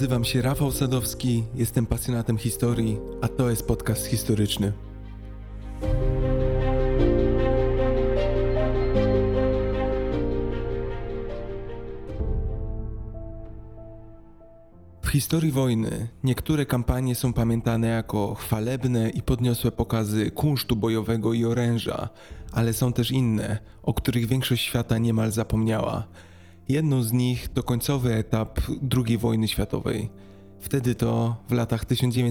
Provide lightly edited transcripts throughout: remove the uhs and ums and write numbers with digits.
Nazywam się Rafał Sadowski, jestem pasjonatem historii, a to jest podcast historyczny. W historii wojny niektóre kampanie są pamiętane jako chwalebne i podniosłe pokazy kunsztu bojowego i oręża, ale są też inne, o których większość świata niemal zapomniała. Jedną z nich to końcowy etap II wojny światowej. Wtedy to, w latach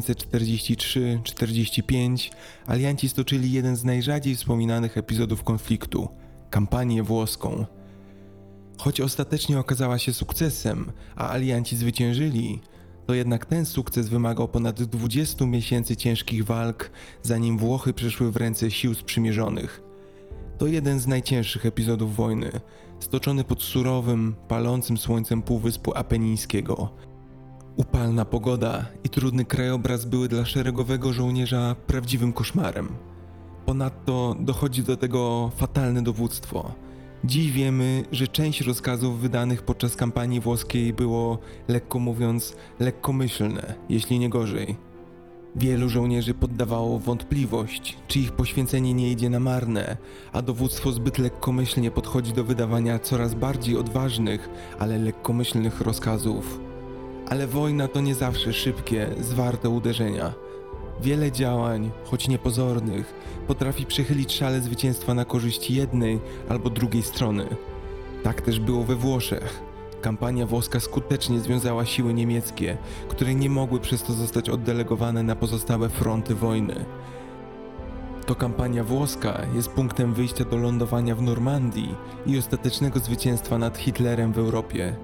1943-45, alianci stoczyli jeden z najrzadziej wspominanych epizodów konfliktu – kampanię włoską. Choć ostatecznie okazała się sukcesem, a alianci zwyciężyli, to jednak ten sukces wymagał ponad 20 miesięcy ciężkich walk, zanim Włochy przeszły w ręce sił sprzymierzonych. To jeden z najcięższych epizodów wojny, stoczony pod surowym, palącym słońcem Półwyspu Apenińskiego. Upalna pogoda i trudny krajobraz były dla szeregowego żołnierza prawdziwym koszmarem. Ponadto dochodzi do tego fatalne dowództwo. Dziś wiemy, że część rozkazów wydanych podczas kampanii włoskiej było, lekko mówiąc, lekkomyślne, jeśli nie gorzej. Wielu żołnierzy poddawało wątpliwość, czy ich poświęcenie nie idzie na marne, a dowództwo zbyt lekkomyślnie podchodzi do wydawania coraz bardziej odważnych, ale lekkomyślnych rozkazów. Ale wojna to nie zawsze szybkie, zwarte uderzenia. Wiele działań, choć niepozornych, potrafi przechylić szale zwycięstwa na korzyść jednej albo drugiej strony. Tak też było we Włoszech. Kampania włoska skutecznie związała siły niemieckie, które nie mogły przez to zostać oddelegowane na pozostałe fronty wojny. To kampania włoska jest punktem wyjścia do lądowania w Normandii i ostatecznego zwycięstwa nad Hitlerem w Europie.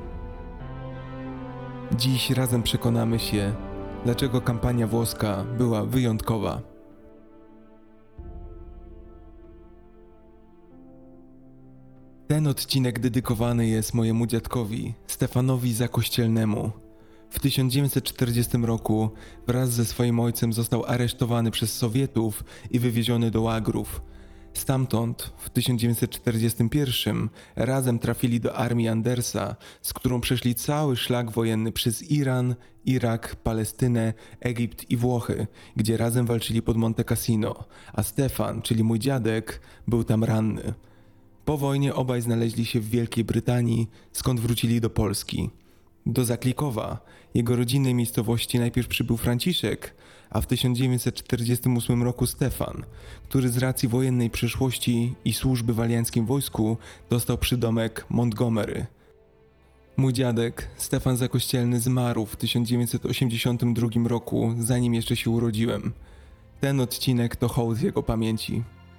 Dziś razem przekonamy się, dlaczego kampania włoska była wyjątkowa. Ten odcinek dedykowany jest mojemu dziadkowi, Stefanowi Zakościelnemu. W 1940 roku wraz ze swoim ojcem został aresztowany przez Sowietów i wywieziony do łagrów. Stamtąd w 1941 razem trafili do armii Andersa, z którą przeszli cały szlak wojenny przez Iran, Irak, Palestynę, Egipt i Włochy, gdzie razem walczyli pod Monte Cassino, a Stefan, czyli mój dziadek, był tam ranny. Po wojnie obaj znaleźli się w Wielkiej Brytanii, skąd wrócili do Polski. Do Zaklikowa, jego rodzinnej miejscowości, najpierw przybył Franciszek, a w 1948 roku Stefan, który z racji wojennej przeszłości i służby w alianckim wojsku dostał przydomek Montgomery. Mój dziadek, Stefan Zakościelny, zmarł w 1982 roku, zanim jeszcze się urodziłem. Ten odcinek to hołd jego pamięci.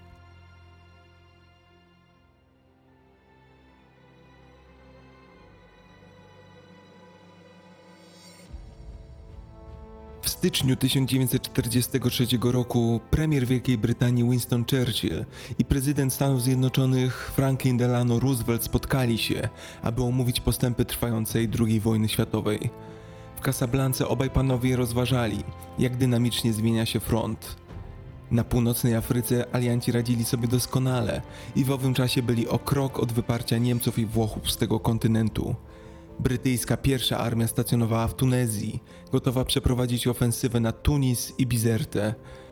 W styczniu 1943 roku premier Wielkiej Brytanii Winston Churchill i prezydent Stanów Zjednoczonych Franklin Delano Roosevelt spotkali się, aby omówić postępy trwającej II wojny światowej. W Casablance obaj panowie rozważali, jak dynamicznie zmienia się front. Na północnej Afryce alianci radzili sobie doskonale i w owym czasie byli o krok od wyparcia Niemców i Włochów z tego kontynentu. Brytyjska pierwsza armia stacjonowała w Tunezji, gotowa przeprowadzić ofensywę na Tunis i Bizertę.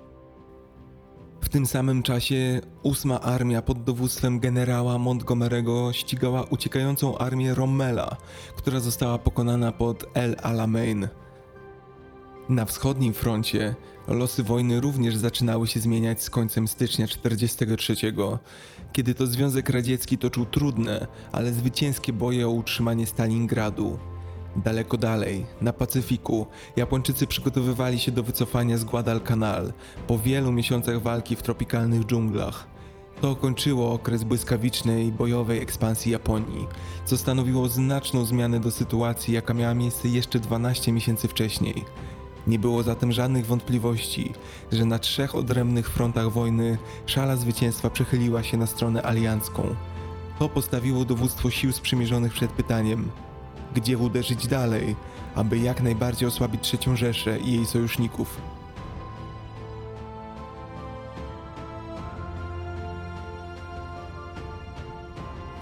W tym samym czasie 8. armia pod dowództwem generała Montgomery'ego ścigała uciekającą armię Rommela, która została pokonana pod El Alamein. Na wschodnim froncie losy wojny również zaczynały się zmieniać z końcem stycznia 1943, kiedy to Związek Radziecki toczył trudne, ale zwycięskie boje o utrzymanie Stalingradu. Daleko dalej, na Pacyfiku, Japończycy przygotowywali się do wycofania z Guadalcanal po wielu miesiącach walki w tropikalnych dżunglach. To kończyło okres błyskawicznej, bojowej ekspansji Japonii, co stanowiło znaczną zmianę do sytuacji, jaka miała miejsce jeszcze 12 miesięcy wcześniej. Nie było zatem żadnych wątpliwości, że na 3 odrębnych frontach wojny szala zwycięstwa przechyliła się na stronę aliancką. To postawiło dowództwo sił sprzymierzonych przed pytaniem, gdzie uderzyć dalej, aby jak najbardziej osłabić III Rzeszę i jej sojuszników.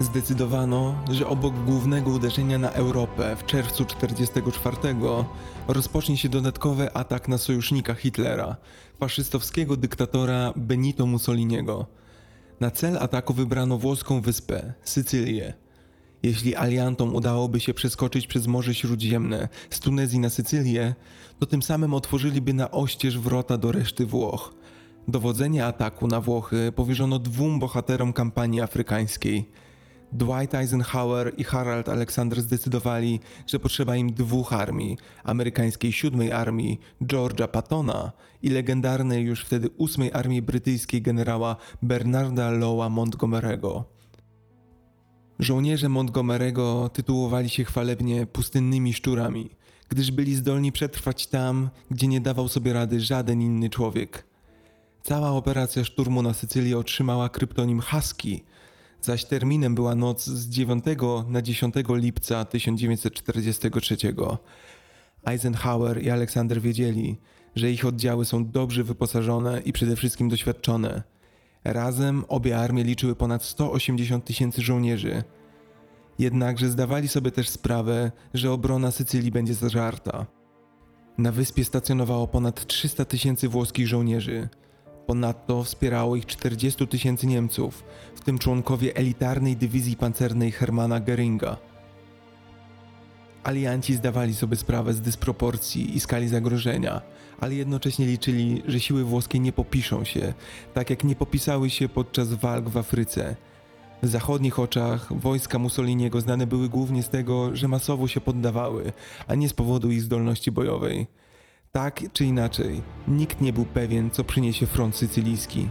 Zdecydowano, że obok głównego uderzenia na Europę w czerwcu 1944 rozpocznie się dodatkowy atak na sojusznika Hitlera, faszystowskiego dyktatora Benito Mussoliniego. Na cel ataku wybrano włoską wyspę, Sycylię. Jeśli aliantom udałoby się przeskoczyć przez Morze Śródziemne z Tunezji na Sycylię, to tym samym otworzyliby na oścież wrota do reszty Włoch. Dowodzenie ataku na Włochy powierzono dwóm bohaterom kampanii afrykańskiej. Dwight Eisenhower i Harold Alexander zdecydowali, że potrzeba im dwóch armii, amerykańskiej 7 Armii George'a Pattona i legendarnej już wtedy 8 Armii Brytyjskiej generała Bernarda Lawa Montgomery'ego. Żołnierze Montgomery'ego tytułowali się chwalebnie pustynnymi szczurami, gdyż byli zdolni przetrwać tam, gdzie nie dawał sobie rady żaden inny człowiek. Cała operacja szturmu na Sycylię otrzymała kryptonim Husky, zaś terminem była noc z 9 na 10 lipca 1943. Eisenhower i Alexander wiedzieli, że ich oddziały są dobrze wyposażone i przede wszystkim doświadczone. Razem obie armie liczyły ponad 180 000 żołnierzy. Jednakże zdawali sobie też sprawę, że obrona Sycylii będzie zażarta. Na wyspie stacjonowało ponad 300 000 włoskich żołnierzy. Ponadto wspierało ich 40 000 Niemców, w tym członkowie elitarnej dywizji pancernej Hermana Göringa. Alianci zdawali sobie sprawę z dysproporcji i skali zagrożenia, ale jednocześnie liczyli, że siły włoskie nie popiszą się, tak jak nie popisały się podczas walk w Afryce. W zachodnich oczach wojska Mussoliniego znane były głównie z tego, że masowo się poddawały, a nie z powodu ich zdolności bojowej. Tak czy inaczej, nikt nie był pewien, co przyniesie front sycylijski.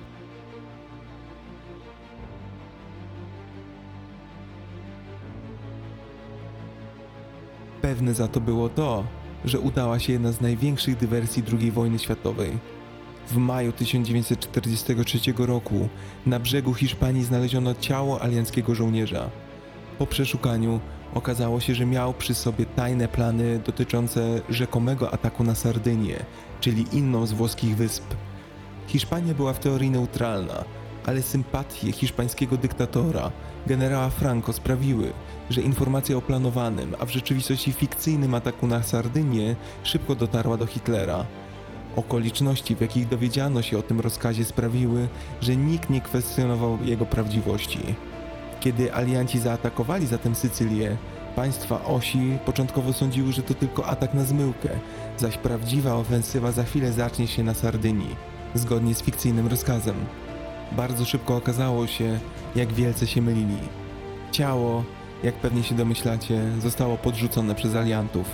Pewne za to było to, że udała się jedna z największych dywersji II wojny światowej. W maju 1943 roku na brzegu Hiszpanii znaleziono ciało alianckiego żołnierza. Po przeszukaniu okazało się, że miał przy sobie tajne plany dotyczące rzekomego ataku na Sardynię, czyli inną z włoskich wysp. Hiszpania była w teorii neutralna, ale sympatie hiszpańskiego dyktatora, generała Franco sprawiły, że informacja o planowanym, a w rzeczywistości fikcyjnym ataku na Sardynię szybko dotarła do Hitlera. Okoliczności, w jakich dowiedziano się o tym rozkazie, sprawiły, że nikt nie kwestionował jego prawdziwości. Kiedy alianci zaatakowali zatem Sycylię, państwa osi początkowo sądziły, że to tylko atak na zmyłkę, zaś prawdziwa ofensywa za chwilę zacznie się na Sardynii, zgodnie z fikcyjnym rozkazem. Bardzo szybko okazało się, jak wielce się mylili. Ciało, jak pewnie się domyślacie, zostało podrzucone przez aliantów.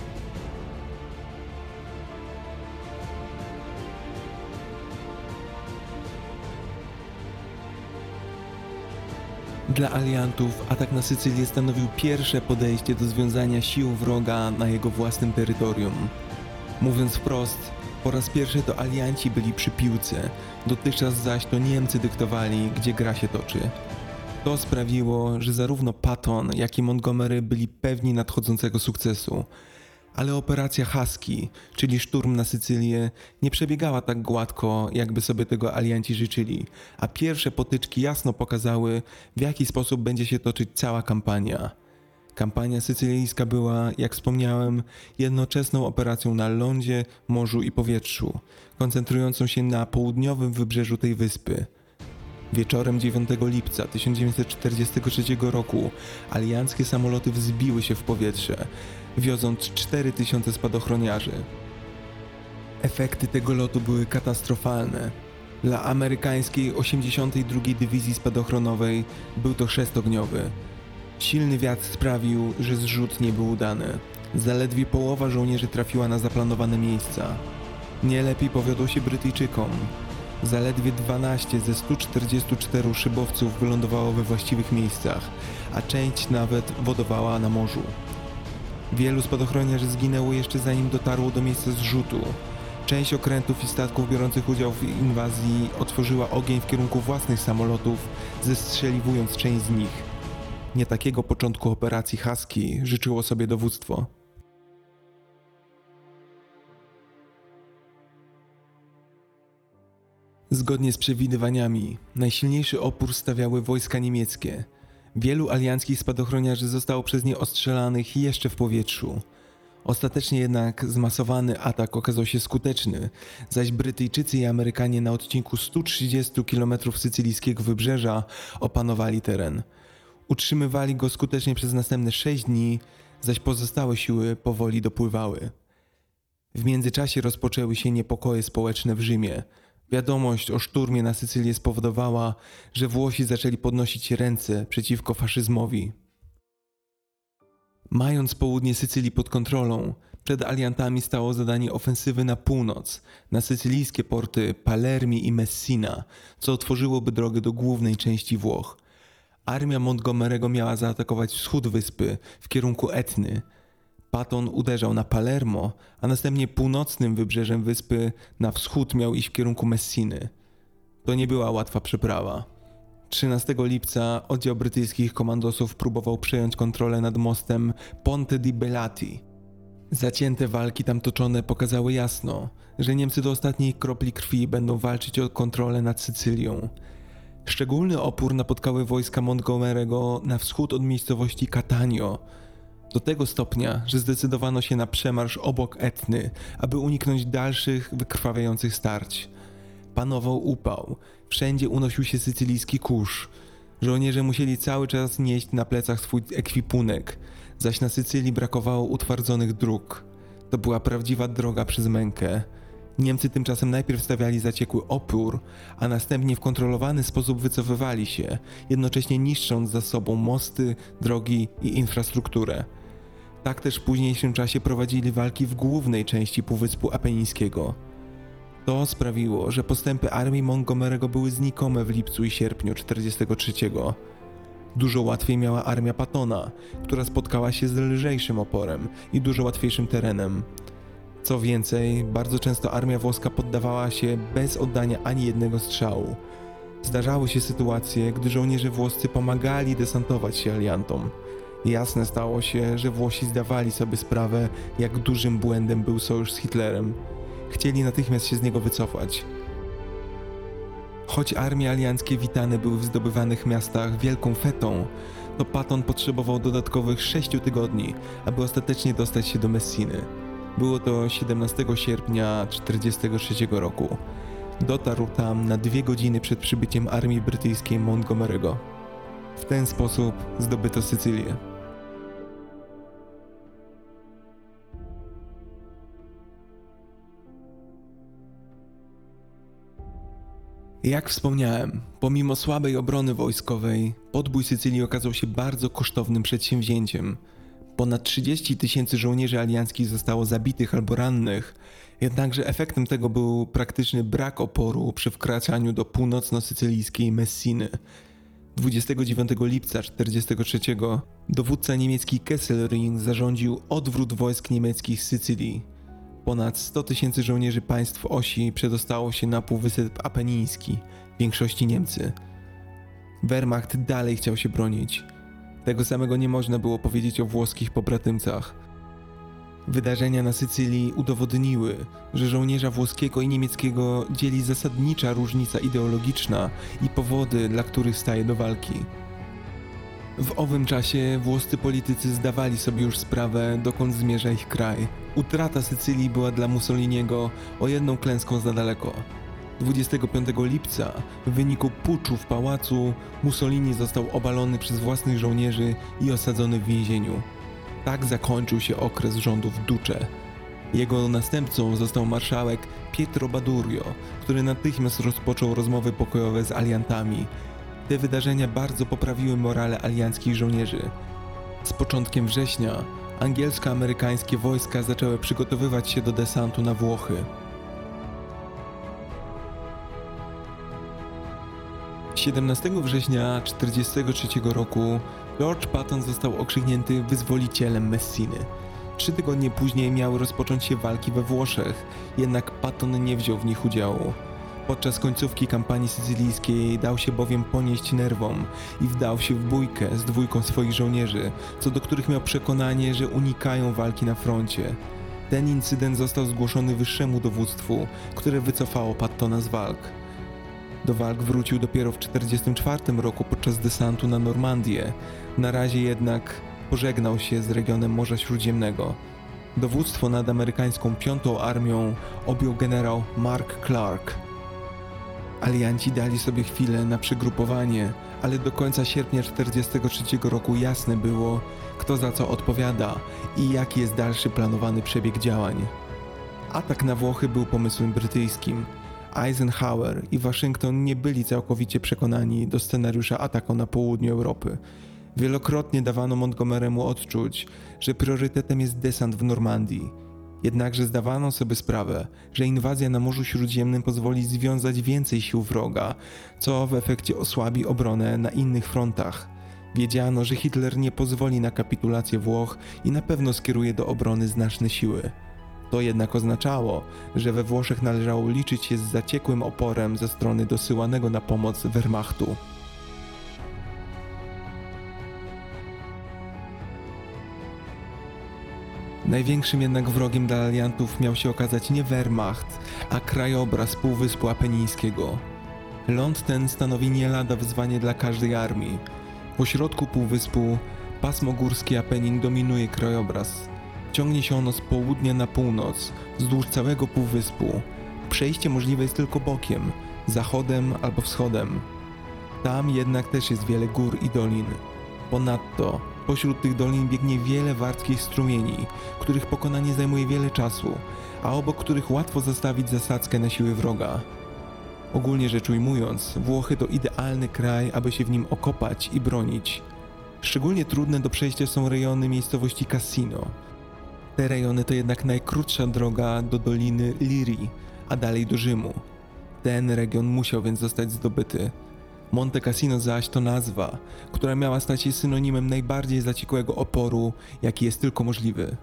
Dla aliantów atak na Sycylię stanowił pierwsze podejście do związania sił wroga na jego własnym terytorium. Mówiąc wprost, po raz pierwszy to alianci byli przy piłce, dotychczas zaś to Niemcy dyktowali, gdzie gra się toczy. To sprawiło, że zarówno Patton, jak i Montgomery byli pewni nadchodzącego sukcesu. Ale operacja Husky, czyli szturm na Sycylię, nie przebiegała tak gładko, jakby sobie tego alianci życzyli, a pierwsze potyczki jasno pokazały, w jaki sposób będzie się toczyć cała kampania. Kampania sycylijska była, jak wspomniałem, jednoczesną operacją na lądzie, morzu i powietrzu, koncentrującą się na południowym wybrzeżu tej wyspy. Wieczorem 9 lipca 1943 roku alianckie samoloty wzbiły się w powietrze, wioząc 4000 spadochroniarzy. Efekty tego lotu były katastrofalne. Dla amerykańskiej 82. Dywizji Spadochronowej był to chrzest ogniowy. Silny wiatr sprawił, że zrzut nie był udany. Zaledwie połowa żołnierzy trafiła na zaplanowane miejsca. Nie lepiej powiodło się Brytyjczykom. Zaledwie 12 ze 144 szybowców wylądowało we właściwych miejscach, a część nawet wodowała na morzu. Wielu spadochroniarzy zginęło jeszcze zanim dotarło do miejsca zrzutu. Część okrętów i statków biorących udział w inwazji otworzyła ogień w kierunku własnych samolotów, zestrzeliwując część z nich. Nie takiego początku operacji Husky życzyło sobie dowództwo. Zgodnie z przewidywaniami, najsilniejszy opór stawiały wojska niemieckie. Wielu alianckich spadochroniarzy zostało przez nie ostrzelanych jeszcze w powietrzu. Ostatecznie jednak zmasowany atak okazał się skuteczny, zaś Brytyjczycy i Amerykanie na odcinku 130 km sycylijskiego wybrzeża opanowali teren. Utrzymywali go skutecznie przez następne 6 dni, zaś pozostałe siły powoli dopływały. W międzyczasie rozpoczęły się niepokoje społeczne w Rzymie. Wiadomość o szturmie na Sycylię spowodowała, że Włosi zaczęli podnosić ręce przeciwko faszyzmowi. Mając południe Sycylii pod kontrolą, przed aliantami stało zadanie ofensywy na północ, na sycylijskie porty Palermi i Messina, co otworzyłoby drogę do głównej części Włoch. Armia Montgomery'ego miała zaatakować wschód wyspy w kierunku Etny. Patton uderzał na Palermo, a następnie północnym wybrzeżem wyspy na wschód miał iść w kierunku Messiny. To nie była łatwa przeprawa. 13 lipca oddział brytyjskich komandosów próbował przejąć kontrolę nad mostem Ponte di Belati. Zacięte walki tam toczone pokazały jasno, że Niemcy do ostatniej kropli krwi będą walczyć o kontrolę nad Sycylią. Szczególny opór napotkały wojska Montgomery'ego na wschód od miejscowości Catania, do tego stopnia, że zdecydowano się na przemarsz obok Etny, aby uniknąć dalszych, wykrwawiających starć. Panował upał, wszędzie unosił się sycylijski kurz. Żołnierze musieli cały czas nieść na plecach swój ekwipunek, zaś na Sycylii brakowało utwardzonych dróg. To była prawdziwa droga przez mękę. Niemcy tymczasem najpierw stawiali zaciekły opór, a następnie w kontrolowany sposób wycofywali się, jednocześnie niszcząc za sobą mosty, drogi i infrastrukturę. Tak też w późniejszym czasie prowadzili walki w głównej części Półwyspu Apenińskiego. To sprawiło, że postępy armii Montgomery'ego były znikome w lipcu i sierpniu 1943. Dużo łatwiej miała armia Pattona, która spotkała się z lżejszym oporem i dużo łatwiejszym terenem. Co więcej, bardzo często armia włoska poddawała się bez oddania ani jednego strzału. Zdarzały się sytuacje, gdy żołnierze włoscy pomagali desantować się aliantom. Jasne stało się, że Włosi zdawali sobie sprawę, jak dużym błędem był sojusz z Hitlerem. Chcieli natychmiast się z niego wycofać. Choć armie alianckie witane były w zdobywanych miastach wielką fetą, to Patton potrzebował dodatkowych 6 tygodni, aby ostatecznie dostać się do Messiny. Było to 17 sierpnia 1943 roku. Dotarł tam na 2 godziny przed przybyciem armii brytyjskiej Montgomery'ego. W ten sposób zdobyto Sycylię. Jak wspomniałem, pomimo słabej obrony wojskowej, podbój Sycylii okazał się bardzo kosztownym przedsięwzięciem. Ponad 30 000 żołnierzy alianckich zostało zabitych albo rannych, jednakże efektem tego był praktyczny brak oporu przy wkraczaniu do północno-sycylijskiej Messiny. 29 lipca 1943 dowódca niemiecki Kesselring zarządził odwrót wojsk niemieckich z Sycylii. Ponad 100 000 żołnierzy państw osi przedostało się na Półwysep Apeniński, w większości Niemcy. Wehrmacht dalej chciał się bronić. Tego samego nie można było powiedzieć o włoskich pobratymcach. Wydarzenia na Sycylii udowodniły, że żołnierza włoskiego i niemieckiego dzieli zasadnicza różnica ideologiczna i powody, dla których staje do walki. W owym czasie włoscy politycy zdawali sobie już sprawę, dokąd zmierza ich kraj. Utrata Sycylii była dla Mussoliniego o jedną klęską za daleko. 25 lipca w wyniku puczu w pałacu Mussolini został obalony przez własnych żołnierzy i osadzony w więzieniu. Tak zakończył się okres rządów Duce. Jego następcą został marszałek Pietro Badurio, który natychmiast rozpoczął rozmowy pokojowe z aliantami. Te wydarzenia bardzo poprawiły morale alianckich żołnierzy. Z początkiem września angielsko-amerykańskie wojska zaczęły przygotowywać się do desantu na Włochy. 17 września 1943 roku George Patton został okrzyknięty wyzwolicielem Messiny. 3 tygodnie później miały rozpocząć się walki we Włoszech, jednak Patton nie wziął w nich udziału. Podczas końcówki kampanii sycylijskiej dał się bowiem ponieść nerwom i wdał się w bójkę z 2 swoich żołnierzy, co do których miał przekonanie, że unikają walki na froncie. Ten incydent został zgłoszony wyższemu dowództwu, które wycofało Pattona z walk. Do walk wrócił dopiero w 1944 roku podczas desantu na Normandię. Na razie jednak pożegnał się z regionem Morza Śródziemnego. Dowództwo nad amerykańską Piątą Armią objął generał Mark Clark. Alianci dali sobie chwilę na przygrupowanie, ale do końca sierpnia 1943 roku jasne było, kto za co odpowiada i jaki jest dalszy planowany przebieg działań. Atak na Włochy był pomysłem brytyjskim. Eisenhower i Waszyngton nie byli całkowicie przekonani do scenariusza ataku na południu Europy. Wielokrotnie dawano Montgomery'emu odczuć, że priorytetem jest desant w Normandii. Jednakże zdawano sobie sprawę, że inwazja na Morzu Śródziemnym pozwoli związać więcej sił wroga, co w efekcie osłabi obronę na innych frontach. Wiedziano, że Hitler nie pozwoli na kapitulację Włoch i na pewno skieruje do obrony znaczne siły. To jednak oznaczało, że we Włoszech należało liczyć się z zaciekłym oporem ze strony dosyłanego na pomoc Wehrmachtu. Największym jednak wrogiem dla aliantów miał się okazać nie Wehrmacht, a krajobraz Półwyspu Apenińskiego. Ląd ten stanowi nie lada wyzwanie dla każdej armii. Po środku półwyspu pasmo górskie Apenin dominuje krajobraz. Ciągnie się ono z południa na północ, wzdłuż całego półwyspu. Przejście możliwe jest tylko bokiem, zachodem albo wschodem. Tam jednak też jest wiele gór i dolin. Ponadto pośród tych dolin biegnie wiele wartkich strumieni, których pokonanie zajmuje wiele czasu, a obok których łatwo zastawić zasadzkę na siły wroga. Ogólnie rzecz ujmując, Włochy to idealny kraj, aby się w nim okopać i bronić. Szczególnie trudne do przejścia są rejony miejscowości Cassino. Te rejony to jednak najkrótsza droga do doliny Lirii, a dalej do Rzymu. Ten region musiał więc zostać zdobyty. Monte Cassino zaś to nazwa, która miała stać się synonimem najbardziej zaciekłego oporu, jaki jest tylko możliwy.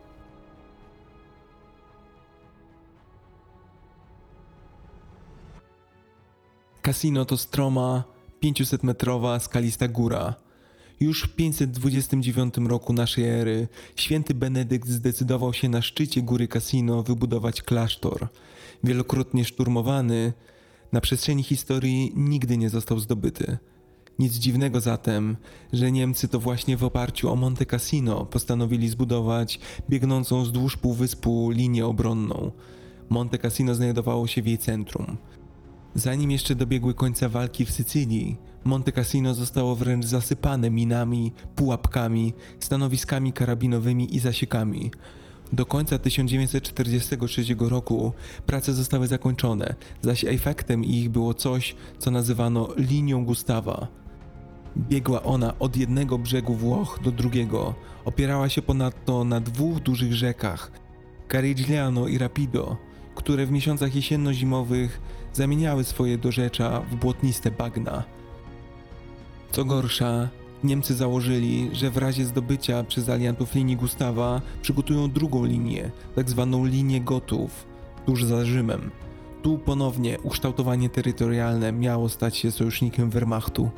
Cassino to stroma, 500-metrowa skalista góra. Już w 529 roku naszej ery święty Benedykt zdecydował się na szczycie góry Cassino wybudować klasztor. Wielokrotnie szturmowany, na przestrzeni historii nigdy nie został zdobyty. Nic dziwnego zatem, że Niemcy to właśnie w oparciu o Monte Cassino postanowili zbudować biegnącą wzdłuż półwyspu linię obronną. Monte Cassino znajdowało się w jej centrum. Zanim jeszcze dobiegły końca walki w Sycylii, Monte Cassino zostało wręcz zasypane minami, pułapkami, stanowiskami karabinowymi i zasiekami. Do końca 1943 roku prace zostały zakończone, zaś efektem ich było coś, co nazywano linią Gustawa. Biegła ona od jednego brzegu Włoch do drugiego, opierała się ponadto na dwóch dużych rzekach, Carigliano i Rapido, które w miesiącach jesienno-zimowych zamieniały swoje dorzecza w błotniste bagna. Co gorsza, Niemcy założyli, że w razie zdobycia przez aliantów linii Gustawa przygotują drugą linię, tak zwaną linię Gotów, tuż za Rzymem. Tu ponownie ukształtowanie terytorialne miało stać się sojusznikiem Wehrmachtu.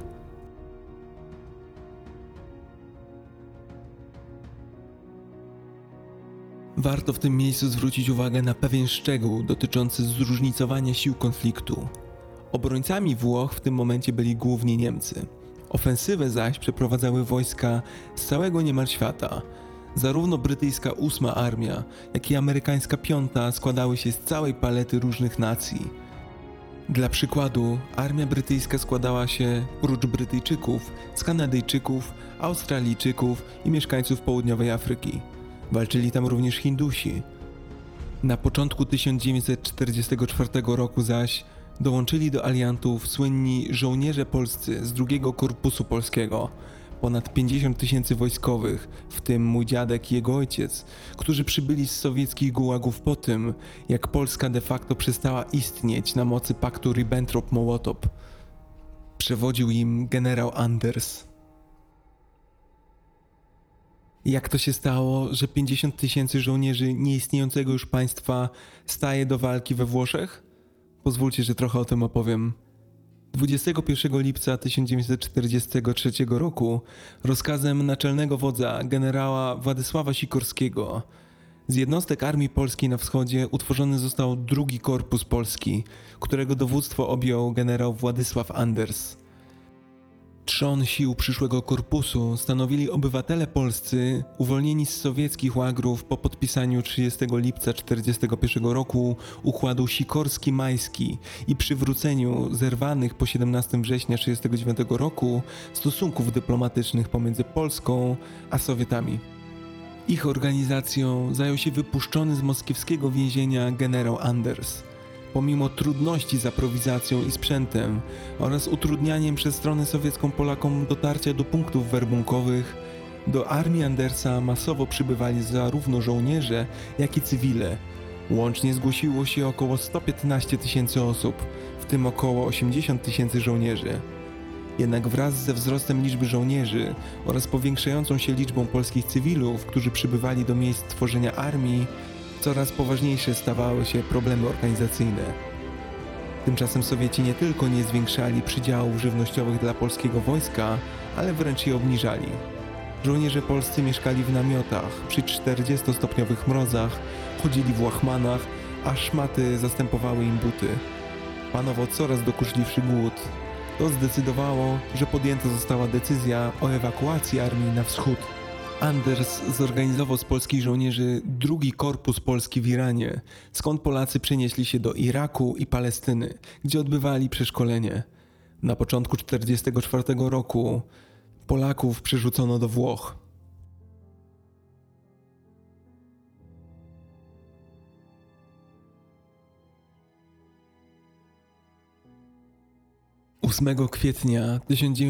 Warto w tym miejscu zwrócić uwagę na pewien szczegół dotyczący zróżnicowania sił konfliktu. Obrońcami Włoch w tym momencie byli głównie Niemcy. Ofensywę zaś przeprowadzały wojska z całego niemal świata. Zarówno brytyjska 8. Armia, jak i amerykańska 5. składały się z całej palety różnych nacji. Dla przykładu, armia brytyjska składała się, prócz Brytyjczyków, z Kanadyjczyków, Australijczyków i mieszkańców południowej Afryki. Walczyli tam również Hindusi. Na początku 1944 roku zaś dołączyli do aliantów słynni żołnierze polscy z II Korpusu Polskiego, ponad 50 000 wojskowych, w tym mój dziadek i jego ojciec, którzy przybyli z sowieckich gułagów po tym, jak Polska de facto przestała istnieć na mocy paktu Ribbentrop-Mołotow. Przewodził im generał Anders. Jak to się stało, że 50 000 żołnierzy nieistniejącego już państwa staje do walki we Włoszech? Pozwólcie, że trochę o tym opowiem. 21 lipca 1943 roku rozkazem naczelnego wodza generała Władysława Sikorskiego Z jednostek Armii Polskiej na wschodzie utworzony został II Korpus Polski, którego dowództwo objął generał Władysław Anders. Trzon sił przyszłego korpusu stanowili obywatele polscy uwolnieni z sowieckich łagrów po podpisaniu 30 lipca 1941 roku układu Sikorski-Majski i przywróceniu zerwanych po 17 września 1939 roku stosunków dyplomatycznych pomiędzy Polską a Sowietami. Ich organizacją zajął się wypuszczony z moskiewskiego więzienia generał Anders. Pomimo trudności z aprowizacją i sprzętem oraz utrudnianiem przez stronę sowiecką Polakom dotarcia do punktów werbunkowych, do armii Andersa masowo przybywali zarówno żołnierze, jak i cywile. Łącznie zgłosiło się około 115 tysięcy osób, w tym około 80 tysięcy żołnierzy. Jednak wraz ze wzrostem liczby żołnierzy oraz powiększającą się liczbą polskich cywilów, którzy przybywali do miejsc tworzenia armii, coraz poważniejsze stawały się problemy organizacyjne. Tymczasem Sowieci nie tylko nie zwiększali przydziałów żywnościowych dla polskiego wojska, ale wręcz je obniżali. Żołnierze polscy mieszkali w namiotach, przy 40-stopniowych mrozach, chodzili w łachmanach, a szmaty zastępowały im buty. Panował coraz dokuczliwszy głód. To zdecydowało, że podjęta została decyzja o ewakuacji armii na wschód. Anders zorganizował z polskich żołnierzy II Korpus Polski w Iranie, skąd Polacy przenieśli się do Iraku i Palestyny, gdzie odbywali przeszkolenie. Na początku 1944 roku Polaków przerzucono do Włoch. „8 kwietnia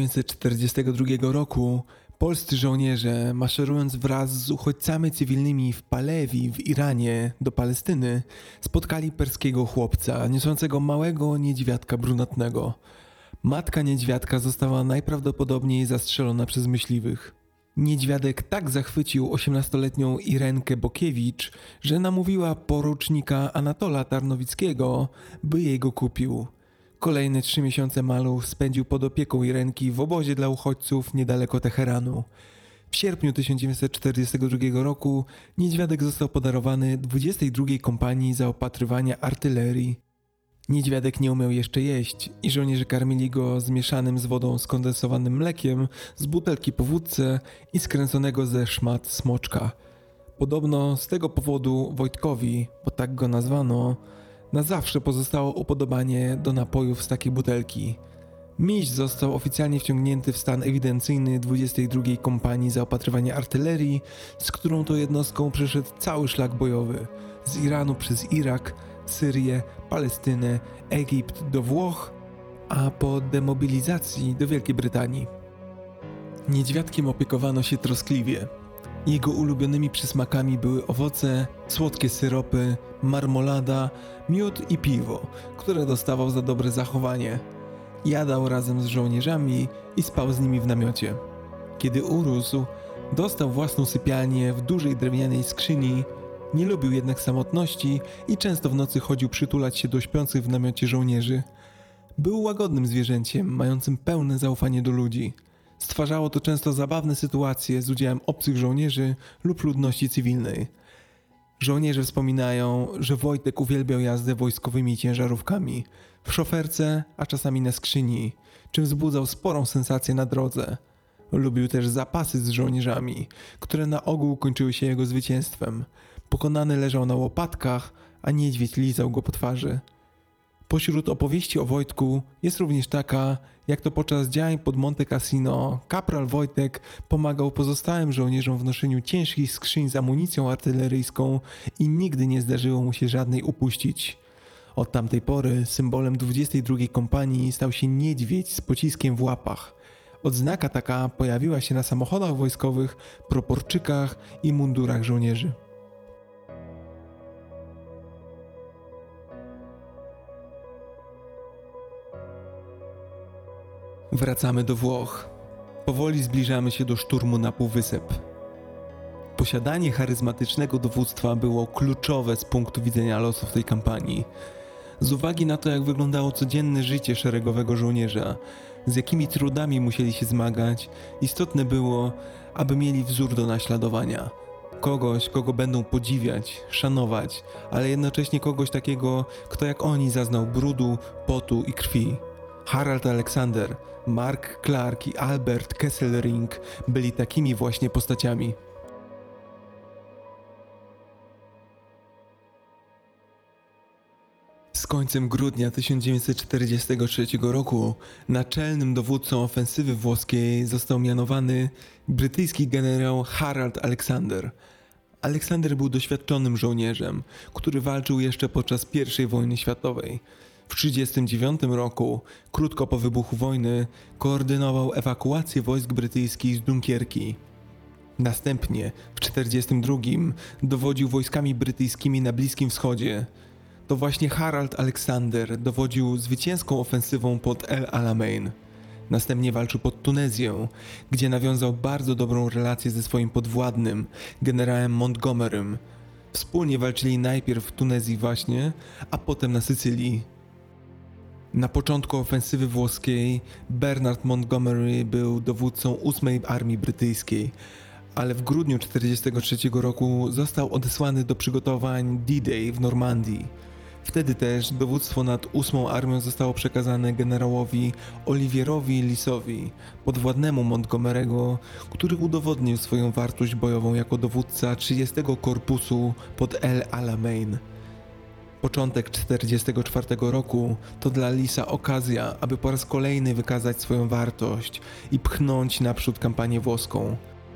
1942 roku polscy żołnierze, maszerując wraz z uchodźcami cywilnymi w Palewi w Iranie do Palestyny, spotkali perskiego chłopca niosącego małego niedźwiadka brunatnego. Matka niedźwiadka została najprawdopodobniej zastrzelona przez myśliwych. Niedźwiadek tak zachwycił 18-letnią Irenkę Bokiewicz, że namówiła porucznika Anatola Tarnowickiego, by jej go kupił. Kolejne 3 miesiące maluch spędził pod opieką Irenki w obozie dla uchodźców niedaleko Teheranu. W sierpniu 1942 roku niedźwiadek został podarowany 22 Kompanii Zaopatrywania Artylerii. Niedźwiadek nie umiał jeszcze jeść i żołnierze karmili go zmieszanym z wodą skondensowanym mlekiem z butelki po wódce i skręconego ze szmat smoczka. Podobno z tego powodu Wojtkowi, bo tak go nazwano, na zawsze pozostało upodobanie do napojów z takiej butelki. Miś został oficjalnie wciągnięty w stan ewidencyjny 22 Kompanii Zaopatrywania Artylerii, z którą to jednostką przeszedł cały szlak bojowy. Z Iranu przez Irak, Syrię, Palestynę, Egipt do Włoch, a po demobilizacji do Wielkiej Brytanii. Niedźwiadkiem opiekowano się troskliwie. Jego ulubionymi przysmakami były owoce, słodkie syropy, marmolada, miód i piwo, które dostawał za dobre zachowanie. Jadał razem z żołnierzami i spał z nimi w namiocie. Kiedy urósł, dostał własną sypialnię w dużej drewnianej skrzyni, nie lubił jednak samotności i często w nocy chodził przytulać się do śpiących w namiocie żołnierzy. Był łagodnym zwierzęciem, mającym pełne zaufanie do ludzi. Stwarzało to często zabawne sytuacje z udziałem obcych żołnierzy lub ludności cywilnej. Żołnierze wspominają, że Wojtek uwielbiał jazdę wojskowymi ciężarówkami, w szoferce, a czasami na skrzyni, czym wzbudzał sporą sensację na drodze. Lubił też zapasy z żołnierzami, które na ogół kończyły się jego zwycięstwem. Pokonany leżał na łopatkach, a niedźwiedź lizał go po twarzy. Pośród opowieści o Wojtku jest również taka, jak to podczas działań pod Monte Cassino kapral Wojtek pomagał pozostałym żołnierzom w noszeniu ciężkich skrzyń z amunicją artyleryjską i nigdy nie zdarzyło mu się żadnej upuścić. Od tamtej pory symbolem 22 Kompanii stał się niedźwiedź z pociskiem w łapach. Odznaka taka pojawiła się na samochodach wojskowych, proporczykach i mundurach żołnierzy. Wracamy do Włoch. Powoli zbliżamy się do szturmu na Półwysep. Posiadanie charyzmatycznego dowództwa było kluczowe z punktu widzenia losów tej kampanii. Z uwagi na to, jak wyglądało codzienne życie szeregowego żołnierza, z jakimi trudami musieli się zmagać, istotne było, aby mieli wzór do naśladowania. Kogoś, kogo będą podziwiać, szanować, ale jednocześnie kogoś takiego, kto jak oni zaznał brudu, potu i krwi. Harald Alexander, Mark Clark i Albert Kesselring byli takimi właśnie postaciami. Z końcem grudnia 1943 roku naczelnym dowódcą ofensywy włoskiej został mianowany brytyjski generał Harald Alexander. Aleksander był doświadczonym żołnierzem, który walczył jeszcze podczas I wojny światowej. W 1939 roku, krótko po wybuchu wojny, koordynował ewakuację wojsk brytyjskich z Dunkierki. Następnie, w 1942 dowodził wojskami brytyjskimi na Bliskim Wschodzie. To właśnie Harald Alexander dowodził zwycięską ofensywą pod El Alamein. Następnie walczył pod Tunezją, gdzie nawiązał bardzo dobrą relację ze swoim podwładnym, generałem Montgomerym. Wspólnie walczyli najpierw w Tunezji właśnie, a potem na Sycylii. Na początku ofensywy włoskiej Bernard Montgomery był dowódcą 8 Armii Brytyjskiej, ale w grudniu 1943 roku został odesłany do przygotowań D-Day w Normandii. Wtedy też dowództwo nad 8 Armią zostało przekazane generałowi Olivierowi Leesowi, podwładnemu Montgomery'ego, który udowodnił swoją wartość bojową jako dowódca 30 Korpusu pod El Alamein. Początek 1944 roku to dla Leesa okazja, aby po raz kolejny wykazać swoją wartość i pchnąć naprzód kampanię włoską.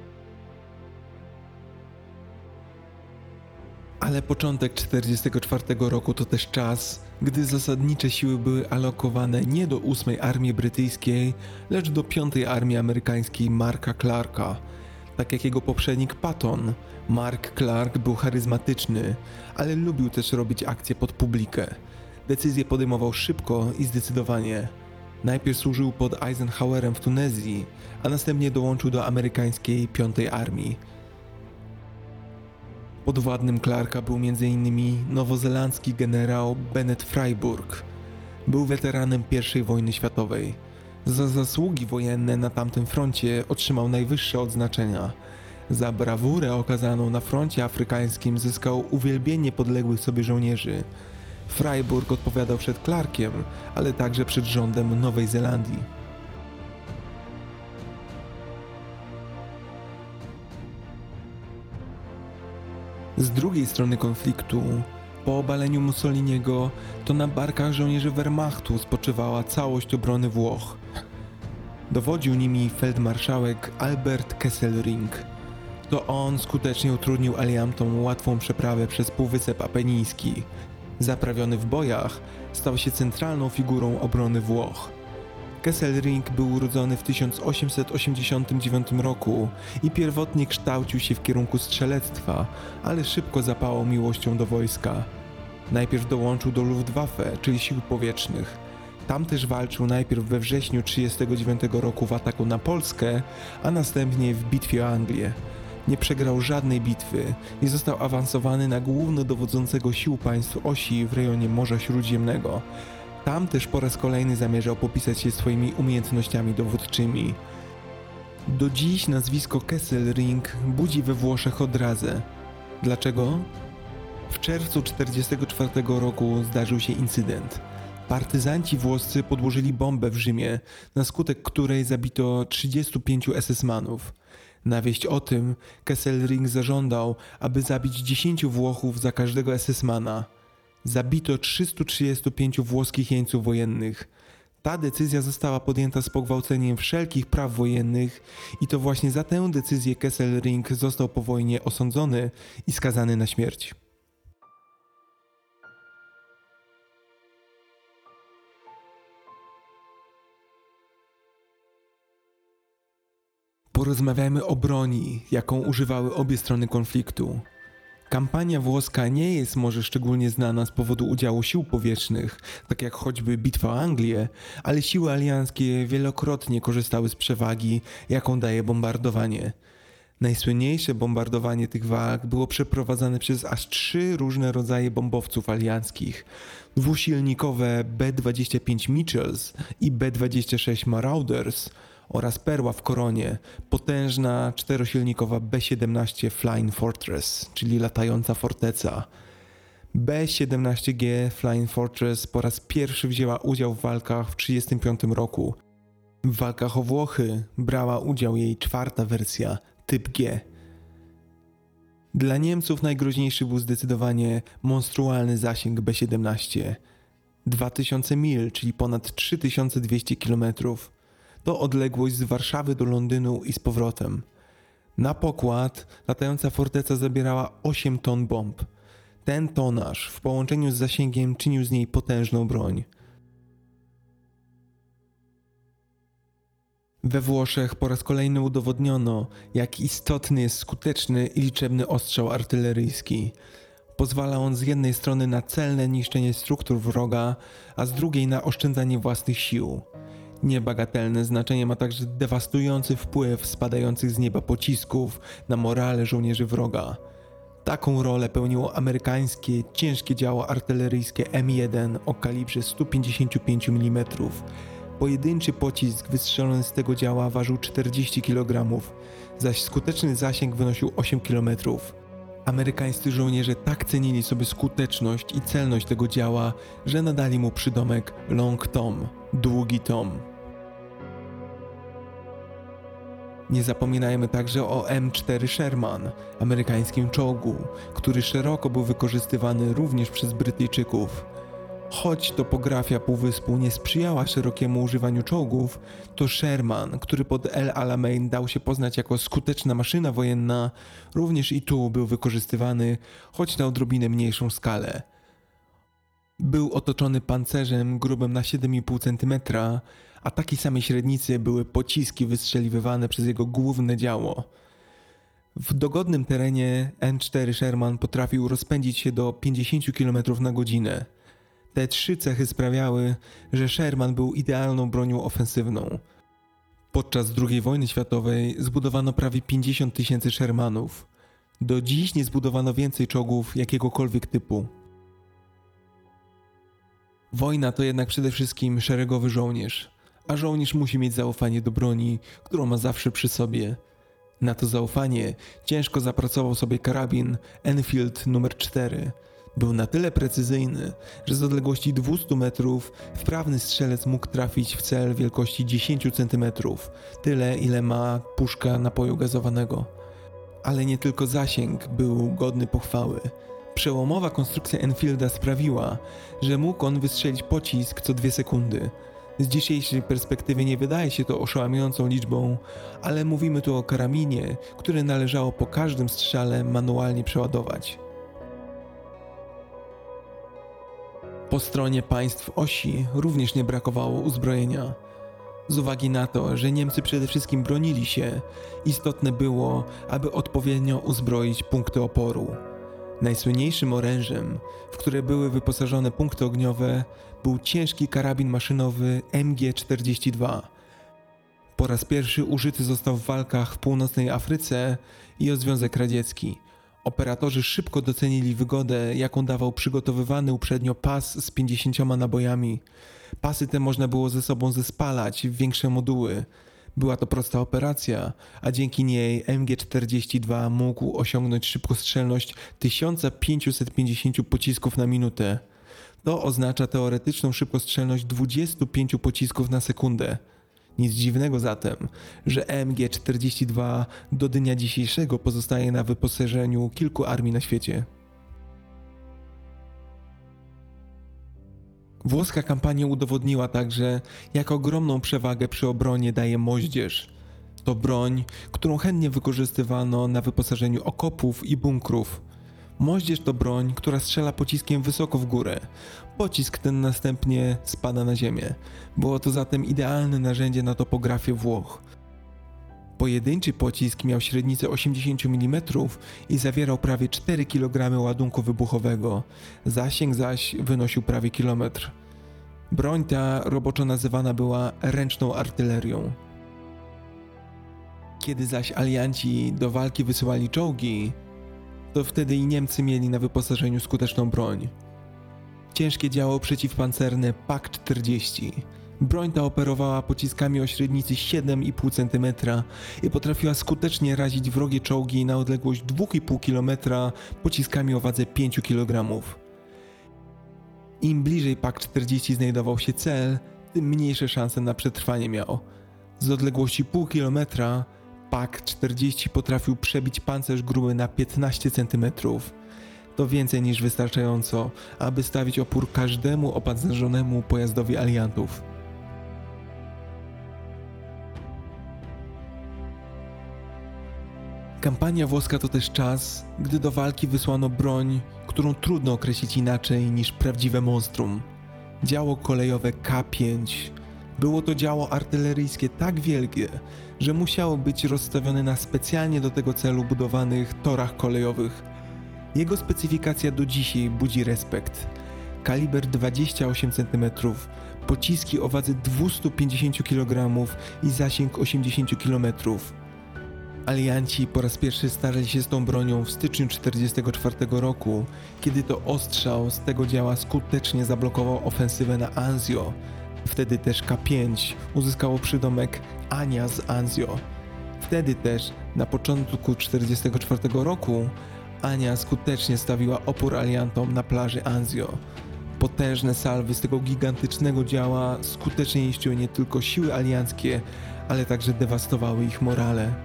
Ale początek 1944 roku to też czas, gdy zasadnicze siły były alokowane nie do 8 Armii Brytyjskiej, lecz do 5 Armii Amerykańskiej Marka Clarka. Tak jak jego poprzednik Patton, Mark Clark był charyzmatyczny, ale lubił też robić akcje pod publikę. Decyzje podejmował szybko i zdecydowanie. Najpierw służył pod Eisenhowerem w Tunezji, a następnie dołączył do amerykańskiej 5 Armii. Podwładnym Clarka był m.in. nowozelandzki generał Bennett Freiburg. Był weteranem I wojny światowej. Za zasługi wojenne na tamtym froncie otrzymał najwyższe odznaczenia. Za brawurę okazaną na froncie afrykańskim zyskał uwielbienie podległych sobie żołnierzy. Freiburg odpowiadał przed Clarkiem, ale także przed rządem Nowej Zelandii. Z drugiej strony konfliktu, po obaleniu Mussoliniego, to na barkach żołnierzy Wehrmachtu spoczywała całość obrony Włoch. Dowodził nimi feldmarszałek Albert Kesselring. To on skutecznie utrudnił aliantom łatwą przeprawę przez Półwysep Apeniński. Zaprawiony w bojach, stał się centralną figurą obrony Włoch. Kesselring był urodzony w 1889 roku i pierwotnie kształcił się w kierunku strzelectwa, ale szybko zapałał miłością do wojska. Najpierw dołączył do Luftwaffe, czyli sił powietrznych. Tam też walczył najpierw we wrześniu 1939 roku w ataku na Polskę, a następnie w bitwie o Anglię. Nie przegrał żadnej bitwy i został awansowany na głównodowodzącego sił państw osi w rejonie Morza Śródziemnego. Tam też po raz kolejny zamierzał popisać się swoimi umiejętnościami dowódczymi. Do dziś nazwisko Kesselring budzi we Włoszech odrazę. Dlaczego? W czerwcu 1944 roku zdarzył się incydent. Partyzanci włoscy podłożyli bombę w Rzymie, na skutek której zabito 35 SS-manów. Na wieść o tym Kesselring zażądał, aby zabić 10 Włochów za każdego SS-mana. Zabito 335 włoskich jeńców wojennych. Ta decyzja została podjęta z pogwałceniem wszelkich praw wojennych i to właśnie za tę decyzję Kesselring został po wojnie osądzony i skazany na śmierć. Porozmawiajmy o broni, jaką używały obie strony konfliktu. Kampania włoska nie jest może szczególnie znana z powodu udziału sił powietrznych, tak jak choćby bitwa o Anglię, ale siły alianckie wielokrotnie korzystały z przewagi, jaką daje bombardowanie. Najsłynniejsze bombardowanie tych walk było przeprowadzane przez aż 3 różne rodzaje bombowców alianckich. Dwusilnikowe B-25 Mitchells i B-26 Marauders oraz perła w koronie, potężna czterosilnikowa B-17 Flying Fortress, czyli latająca forteca. B-17G Flying Fortress po raz pierwszy wzięła udział w walkach w 1935 roku. W walkach o Włochy brała udział jej czwarta wersja, typ G. Dla Niemców najgroźniejszy był zdecydowanie monstrualny zasięg B-17. 2000 mil, czyli ponad 3200 km. To odległość z Warszawy do Londynu i z powrotem. Na pokład latająca forteca zabierała 8 ton bomb. Ten tonaż w połączeniu z zasięgiem czynił z niej potężną broń. We Włoszech po raz kolejny udowodniono, jak istotny jest skuteczny i liczebny ostrzał artyleryjski. Pozwala on z jednej strony na celne niszczenie struktur wroga, a z drugiej na oszczędzanie własnych sił. Niebagatelne znaczenie ma także dewastujący wpływ spadających z nieba pocisków na morale żołnierzy wroga. Taką rolę pełniło amerykańskie ciężkie działo artyleryjskie M1 o kalibrze 155 mm. Pojedynczy pocisk wystrzelony z tego działa ważył 40 kg, zaś skuteczny zasięg wynosił 8 km. Amerykańscy żołnierze tak cenili sobie skuteczność i celność tego działa, że nadali mu przydomek Long Tom, długi tom. Nie zapominajmy także o M4 Sherman, amerykańskim czołgu, który szeroko był wykorzystywany również przez Brytyjczyków. Choć topografia półwyspu nie sprzyjała szerokiemu używaniu czołgów, to Sherman, który pod El Alamein dał się poznać jako skuteczna maszyna wojenna, również i tu był wykorzystywany, choć na odrobinę mniejszą skalę. Był otoczony pancerzem grubym na 7,5 cm, a takiej samej średnicy były pociski wystrzeliwywane przez jego główne działo. W dogodnym terenie M4 Sherman potrafił rozpędzić się do 50 km na godzinę. Te trzy cechy sprawiały, że Sherman był idealną bronią ofensywną. Podczas II wojny światowej zbudowano prawie 50 000 Shermanów. Do dziś nie zbudowano więcej czołgów jakiegokolwiek typu. Wojna to jednak przede wszystkim szeregowy żołnierz, a żołnierz musi mieć zaufanie do broni, którą ma zawsze przy sobie. Na to zaufanie ciężko zapracował sobie karabin Enfield nr 4. Był na tyle precyzyjny, że z odległości 200 metrów wprawny strzelec mógł trafić w cel wielkości 10 cm, tyle ile ma puszka napoju gazowanego. Ale nie tylko zasięg był godny pochwały. Przełomowa konstrukcja Enfielda sprawiła, że mógł on wystrzelić pocisk co 2 sekundy. Z dzisiejszej perspektywy nie wydaje się to oszałamiającą liczbą, ale mówimy tu o karabinie, który należało po każdym strzale manualnie przeładować. Po stronie państw osi również nie brakowało uzbrojenia. Z uwagi na to, że Niemcy przede wszystkim bronili się, istotne było, aby odpowiednio uzbroić punkty oporu. Najsłynniejszym orężem, w które były wyposażone punkty ogniowe, był ciężki karabin maszynowy MG-42. Po raz pierwszy użyty został w walkach w północnej Afryce i o Związek Radziecki. Operatorzy szybko docenili wygodę, jaką dawał przygotowywany uprzednio pas z 50 nabojami. Pasy te można było ze sobą zespalać w większe moduły. Była to prosta operacja, a dzięki niej MG-42 mógł osiągnąć szybkostrzelność 1550 pocisków na minutę. To oznacza teoretyczną szybkostrzelność 25 pocisków na sekundę. Nic dziwnego zatem, że MG-42 do dnia dzisiejszego pozostaje na wyposażeniu kilku armii na świecie. Włoska kampania udowodniła także, jak ogromną przewagę przy obronie daje moździerz. To broń, którą chętnie wykorzystywano na wyposażeniu okopów i bunkrów. Moździerz to broń, która strzela pociskiem wysoko w górę. Pocisk ten następnie spada na ziemię. Było to zatem idealne narzędzie na topografię Włoch. Pojedynczy pocisk miał średnicę 80 mm i zawierał prawie 4 kg ładunku wybuchowego. Zasięg zaś wynosił prawie kilometr. Broń ta roboczo nazywana była ręczną artylerią. Kiedy zaś alianci do walki wysyłali czołgi, to wtedy i Niemcy mieli na wyposażeniu skuteczną broń. Ciężkie działo przeciwpancerne PaK-40 Broń ta operowała pociskami o średnicy 7,5 cm i potrafiła skutecznie razić wrogie czołgi na odległość 2,5 km pociskami o wadze 5 kg. Im bliżej PaK-40 znajdował się cel, tym mniejsze szanse na przetrwanie miał. Z odległości pół kilometra PaK-40 potrafił przebić pancerz gruby na 15 cm. To więcej niż wystarczająco, aby stawić opór każdemu opancerzonemu pojazdowi aliantów. Kampania włoska to też czas, gdy do walki wysłano broń, którą trudno określić inaczej niż prawdziwe monstrum. Działo kolejowe K5. Było to działo artyleryjskie tak wielkie, że musiało być rozstawione na specjalnie do tego celu budowanych torach kolejowych. Jego specyfikacja do dzisiaj budzi respekt. Kaliber 28 cm, pociski o wadze 250 kg i zasięg 80 km. Alianci po raz pierwszy starali się z tą bronią w styczniu 1944 roku, kiedy to ostrzał z tego działa skutecznie zablokował ofensywę na Anzio. Wtedy też K5 uzyskało przydomek Ania z Anzio. Wtedy też, na początku 1944 roku, Ania skutecznie stawiła opór aliantom na plaży Anzio. Potężne salwy z tego gigantycznego działa skutecznie niszczyły nie tylko siły alianckie, ale także dewastowały ich morale.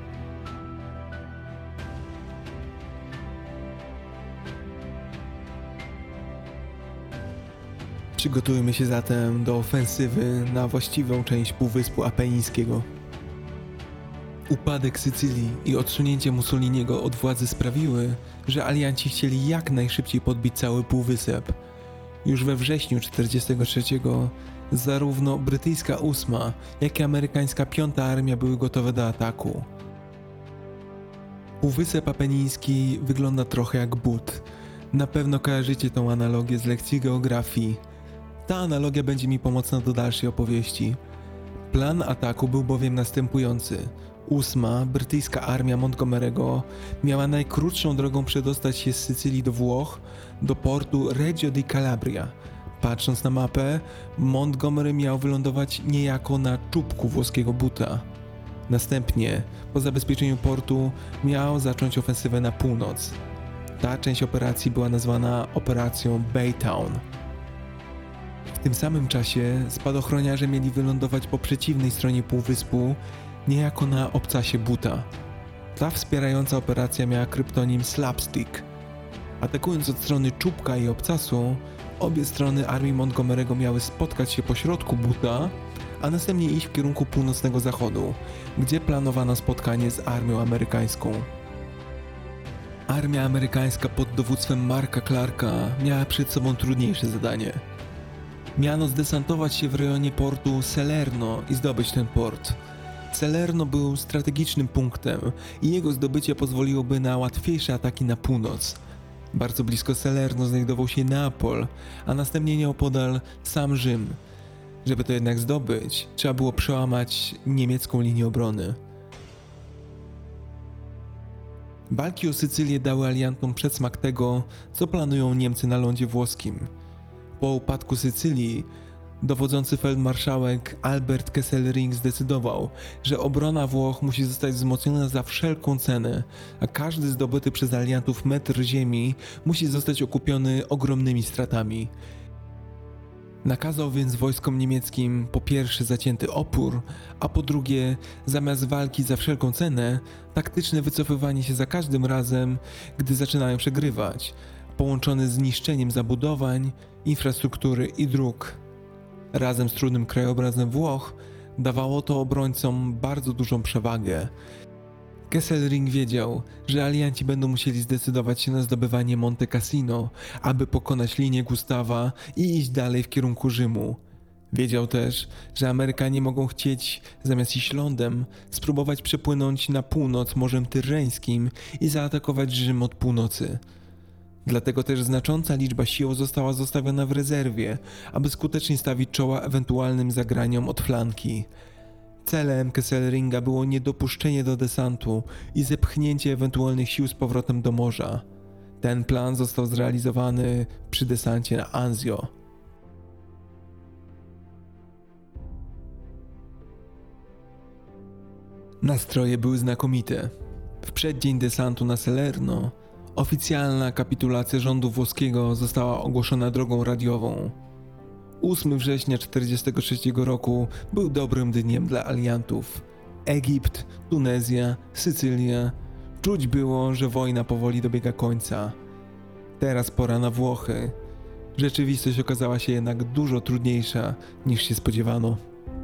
Przygotujmy się zatem do ofensywy na właściwą część Półwyspu Apenińskiego. Upadek Sycylii i odsunięcie Mussoliniego od władzy sprawiły, że alianci chcieli jak najszybciej podbić cały Półwysep. Już we wrześniu 1943 zarówno brytyjska 8, jak i amerykańska 5 armia były gotowe do ataku. Półwysep Apeniński wygląda trochę jak but. Na pewno kojarzycie tą analogię z lekcji geografii. Ta analogia będzie mi pomocna do dalszej opowieści. Plan ataku był bowiem następujący. 8. brytyjska armia Montgomery'ego miała najkrótszą drogą przedostać się z Sycylii do Włoch, do portu Reggio di Calabria. Patrząc na mapę, Montgomery miał wylądować niejako na czubku włoskiego buta. Następnie, po zabezpieczeniu portu, miał zacząć ofensywę na północ. Ta część operacji była nazwana operacją Baytown. W tym samym czasie spadochroniarze mieli wylądować po przeciwnej stronie półwyspu, niejako na obcasie buta. Ta wspierająca operacja miała kryptonim Slapstick. Atakując od strony czubka i obcasu, obie strony armii Montgomery'ego miały spotkać się pośrodku buta, a następnie iść w kierunku północnego zachodu, gdzie planowano spotkanie z armią amerykańską. Armia amerykańska pod dowództwem Marka Clarka miała przed sobą trudniejsze zadanie. Miano zdesantować się w rejonie portu Salerno i zdobyć ten port. Salerno był strategicznym punktem i jego zdobycie pozwoliłoby na łatwiejsze ataki na północ. Bardzo blisko Salerno znajdował się Neapol, a następnie nieopodal sam Rzym. Żeby to jednak zdobyć, trzeba było przełamać niemiecką linię obrony. Walki o Sycylię dały aliantom przedsmak tego, co planują Niemcy na lądzie włoskim. Po upadku Sycylii dowodzący feldmarszałek Albert Kesselring zdecydował, że obrona Włoch musi zostać wzmocniona za wszelką cenę, a każdy zdobyty przez aliantów metr ziemi musi zostać okupiony ogromnymi stratami. Nakazał więc wojskom niemieckim po pierwsze zacięty opór, a po drugie, zamiast walki za wszelką cenę, taktyczne wycofywanie się za każdym razem, gdy zaczynają przegrywać, połączone z niszczeniem zabudowań, infrastruktury i dróg. Razem z trudnym krajobrazem Włoch dawało to obrońcom bardzo dużą przewagę. Kesselring wiedział, że alianci będą musieli zdecydować się na zdobywanie Monte Cassino, aby pokonać linię Gustawa i iść dalej w kierunku Rzymu. Wiedział też, że Amerykanie mogą chcieć, zamiast iść lądem, spróbować przepłynąć na północ Morzem Tyrreńskim i zaatakować Rzym od północy. Dlatego też znacząca liczba sił została zostawiona w rezerwie, aby skutecznie stawić czoła ewentualnym zagraniom od flanki. Celem Kesselringa było niedopuszczenie do desantu i zepchnięcie ewentualnych sił z powrotem do morza. Ten plan został zrealizowany przy desancie na Anzio. Nastroje były znakomite. W przeddzień desantu na Salerno oficjalna kapitulacja rządu włoskiego została ogłoszona drogą radiową. 8 września 1943 roku był dobrym dniem dla aliantów. Egipt, Tunezja, Sycylia. Czuć było, że wojna powoli dobiega końca. Teraz pora na Włochy. Rzeczywistość okazała się jednak dużo trudniejsza niż się spodziewano.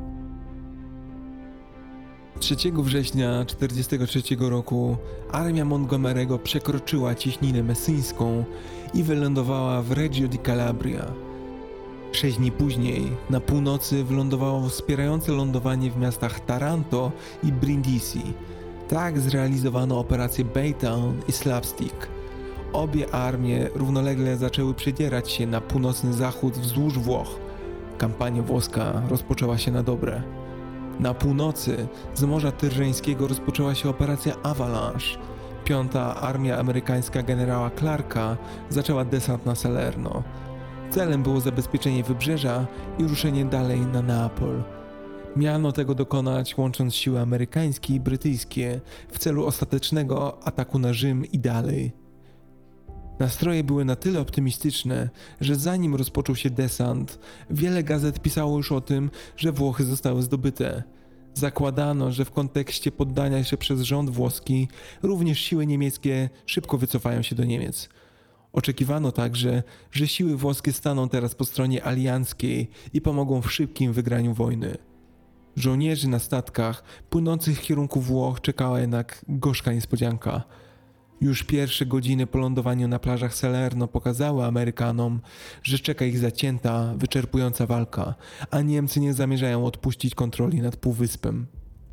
3 września 1943 roku armia Montgomery'ego przekroczyła cieśninę messyńską i wylądowała w Reggio di Calabria. 6 dni później na północy wylądowało wspierające lądowanie w miastach Taranto i Brindisi. Tak zrealizowano operacje Baytown i Slapstick. Obie armie równolegle zaczęły przedzierać się na północny zachód wzdłuż Włoch. Kampania włoska rozpoczęła się na dobre. Na północy z Morza Tyrrzeńskiego rozpoczęła się operacja Avalanche. 5. Armia Amerykańska generała Clarka zaczęła desant na Salerno. Celem było zabezpieczenie wybrzeża i ruszenie dalej na Neapol. Miano tego dokonać łącząc siły amerykańskie i brytyjskie w celu ostatecznego ataku na Rzym i dalej. Nastroje były na tyle optymistyczne, że zanim rozpoczął się desant, wiele gazet pisało już o tym, że Włochy zostały zdobyte. Zakładano, że w kontekście poddania się przez rząd włoski również siły niemieckie szybko wycofają się do Niemiec. Oczekiwano także, że siły włoskie staną teraz po stronie alianckiej i pomogą w szybkim wygraniu wojny. Żołnierzy na statkach płynących w kierunku Włoch czekała jednak gorzka niespodzianka. Już pierwsze godziny po lądowaniu na plażach Salerno pokazały Amerykanom, że czeka ich zacięta, wyczerpująca walka, a Niemcy nie zamierzają odpuścić kontroli nad półwyspem.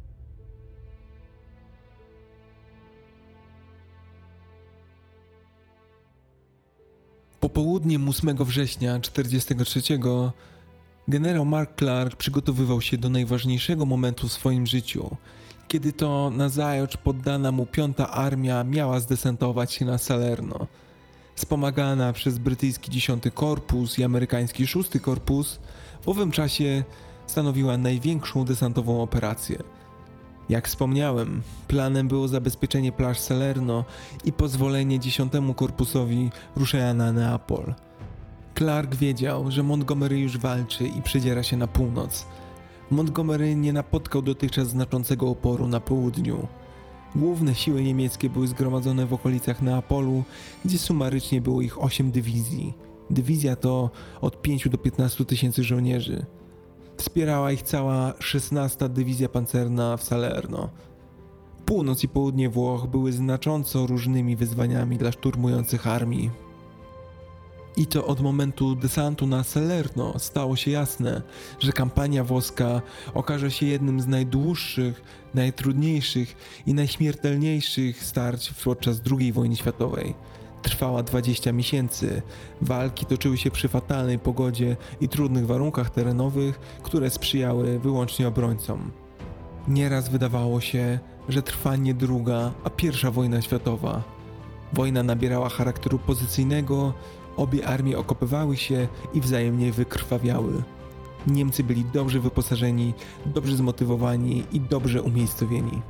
Popołudniem 8 września 1943 generał Mark Clark przygotowywał się do najważniejszego momentu w swoim życiu, kiedy to nazajutrz poddana mu 5. Armia miała zdesantować się na Salerno. Wspomagana przez brytyjski 10. Korpus i amerykański 6. Korpus, w owym czasie stanowiła największą desantową operację. Jak wspomniałem, planem było zabezpieczenie plaż Salerno i pozwolenie 10. Korpusowi ruszenia na Neapol. Clark wiedział, że Montgomery już walczy i przedziera się na północ. Montgomery nie napotkał dotychczas znaczącego oporu na południu. Główne siły niemieckie były zgromadzone w okolicach Neapolu, gdzie sumarycznie było ich 8 dywizji. Dywizja to od 5 do 15 tysięcy żołnierzy. Wspierała ich cała 16. Dywizja Pancerna w Salerno. Północ i południe Włoch były znacząco różnymi wyzwaniami dla szturmujących armii. I to od momentu desantu na Salerno stało się jasne, że kampania włoska okaże się jednym z najdłuższych, najtrudniejszych i najśmiertelniejszych starć podczas II wojny światowej. Trwała 20 miesięcy. Walki toczyły się przy fatalnej pogodzie i trudnych warunkach terenowych, które sprzyjały wyłącznie obrońcom. Nieraz wydawało się, że trwa nie druga, a pierwsza wojna światowa. Wojna nabierała charakteru pozycyjnego, obie armie okopywały się i wzajemnie wykrwawiały. Niemcy byli dobrze wyposażeni, dobrze zmotywowani i dobrze umiejscowieni.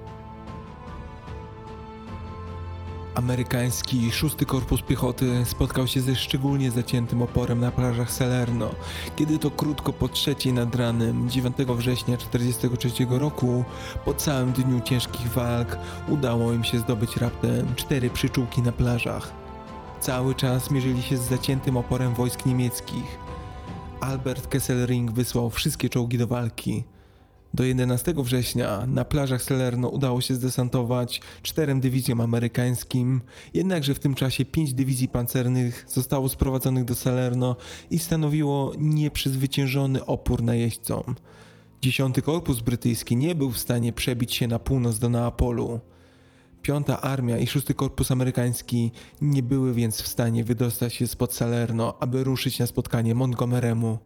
Amerykański 6. Korpus Piechoty spotkał się ze szczególnie zaciętym oporem na plażach Salerno, kiedy to krótko po 3:00 nad ranem 9 września 1943 roku, po całym dniu ciężkich walk, udało im się zdobyć raptem 4 przyczółki na plażach. Cały czas mierzyli się z zaciętym oporem wojsk niemieckich. Albert Kesselring wysłał wszystkie czołgi do walki. Do 11 września na plażach Salerno udało się zdesantować 4 dywizjom amerykańskim, jednakże w tym czasie 5 dywizji pancernych zostało sprowadzonych do Salerno i stanowiło nieprzezwyciężony opór najeźdźcom. 10. Korpus Brytyjski nie był w stanie przebić się na północ do Neapolu. 5. Armia i 6. Korpus Amerykański nie były więc w stanie wydostać się spod Salerno, aby ruszyć na spotkanie Montgomery'emu.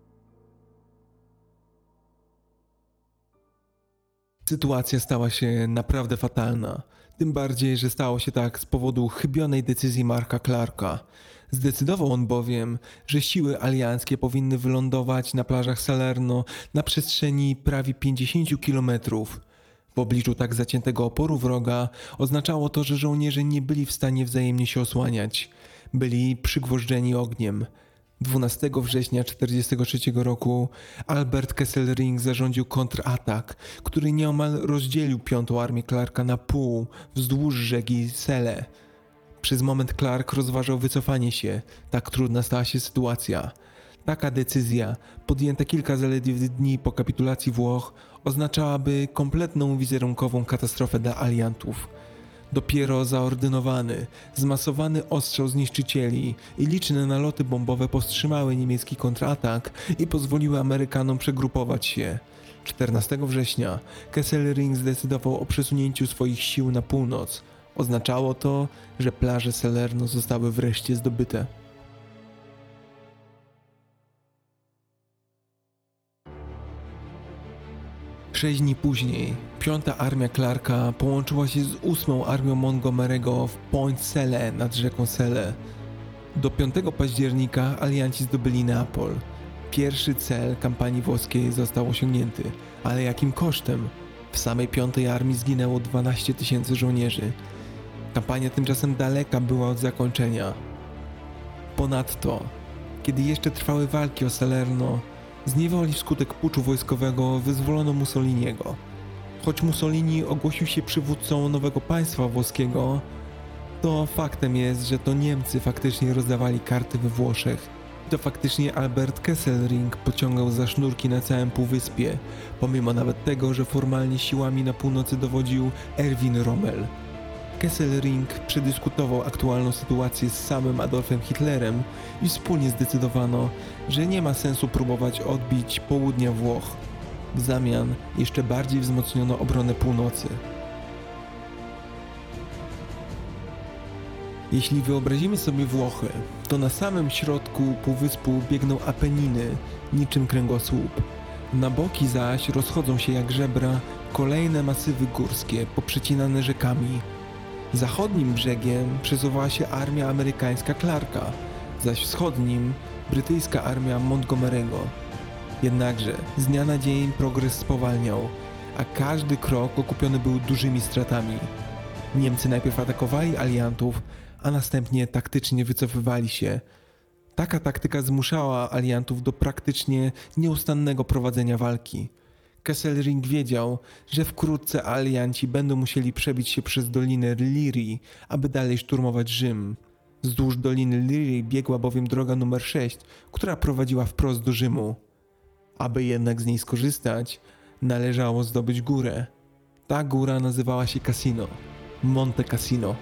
Sytuacja stała się naprawdę fatalna, tym bardziej, że stało się tak z powodu chybionej decyzji Marka Clarka. Zdecydował on bowiem, że siły alianckie powinny wylądować na plażach Salerno na przestrzeni prawie 50 kilometrów. W obliczu tak zaciętego oporu wroga oznaczało to, że żołnierze nie byli w stanie wzajemnie się osłaniać. Byli przygwożdżeni ogniem. 12 września 1943 roku Albert Kesselring zarządził kontratak, który nieomal rozdzielił Piątą Armię Clarka na pół wzdłuż rzeki Sele. Przez moment Clark rozważał wycofanie się, tak trudna stała się sytuacja. Taka decyzja, podjęta kilka zaledwie dni po kapitulacji Włoch, oznaczałaby kompletną wizerunkową katastrofę dla aliantów. Dopiero zaordynowany, zmasowany ostrzał zniszczycieli i liczne naloty bombowe powstrzymały niemiecki kontratak i pozwoliły Amerykanom przegrupować się. 14 września Kesselring zdecydował o przesunięciu swoich sił na północ. Oznaczało to, że plaże Salerno zostały wreszcie zdobyte. Sześć dni później Piąta Armia Clarka połączyła się z 8 Armią Montgomery'ego w Point Selle nad rzeką Sele. Do 5 października alianci zdobyli Neapol. Pierwszy cel kampanii włoskiej został osiągnięty, ale jakim kosztem? W samej Piątej Armii zginęło 12 000 żołnierzy. Kampania tymczasem daleka była od zakończenia. Ponadto, kiedy jeszcze trwały walki o Salerno, z niewoli wskutek puczu wojskowego wyzwolono Mussoliniego. Choć Mussolini ogłosił się przywódcą nowego państwa włoskiego, to faktem jest, że to Niemcy faktycznie rozdawali karty we Włoszech. To faktycznie Albert Kesselring pociągał za sznurki na całym półwyspie, pomimo nawet tego, że formalnie siłami na północy dowodził Erwin Rommel. Kesselring przedyskutował aktualną sytuację z samym Adolfem Hitlerem i wspólnie zdecydowano, że nie ma sensu próbować odbić południa Włoch. W zamian jeszcze bardziej wzmocniono obronę północy. Jeśli wyobrazimy sobie Włochy, to na samym środku półwyspu biegną Apeniny, niczym kręgosłup. Na boki zaś rozchodzą się jak żebra kolejne masywy górskie poprzecinane rzekami. Zachodnim brzegiem przesuwała się armia amerykańska Clarka, zaś wschodnim brytyjska armia Montgomery'ego. Jednakże z dnia na dzień progres spowalniał, a każdy krok okupiony był dużymi stratami. Niemcy najpierw atakowali aliantów, a następnie taktycznie wycofywali się. Taka taktyka zmuszała aliantów do praktycznie nieustannego prowadzenia walki. Kesselring wiedział, że wkrótce alianci będą musieli przebić się przez dolinę Lirii, aby dalej szturmować Rzym. Wzdłuż doliny Lirii biegła bowiem droga numer 6, która prowadziła wprost do Rzymu. Aby jednak z niej skorzystać, należało zdobyć górę. Ta góra nazywała się Cassino, Monte Cassino.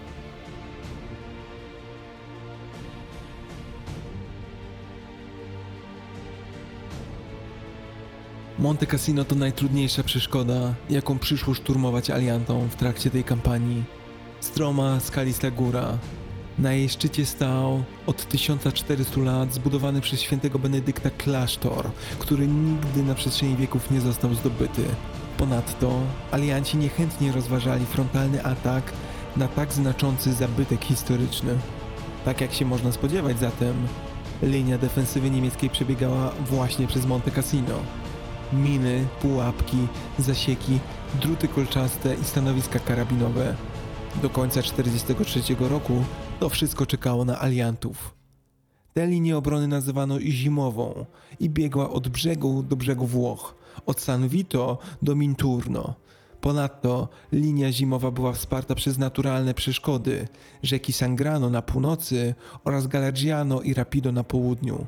Monte Cassino to najtrudniejsza przeszkoda, jaką przyszło szturmować aliantom w trakcie tej kampanii. Stroma, skalista góra. Na jej szczycie stał od 1400 lat zbudowany przez świętego Benedykta klasztor, który nigdy na przestrzeni wieków nie został zdobyty. Ponadto alianci niechętnie rozważali frontalny atak na tak znaczący zabytek historyczny. Tak jak się można spodziewać zatem, linia defensywy niemieckiej przebiegała właśnie przez Monte Cassino. Miny, pułapki, zasieki, druty kolczaste i stanowiska karabinowe. Do końca 1943 roku to wszystko czekało na aliantów. Tę linię obrony nazywano zimową i biegła od brzegu do brzegu Włoch, od San Vito do Minturno. Ponadto linia zimowa była wsparta przez naturalne przeszkody, rzeki Sangrano na północy oraz Galergiano i Rapido na południu.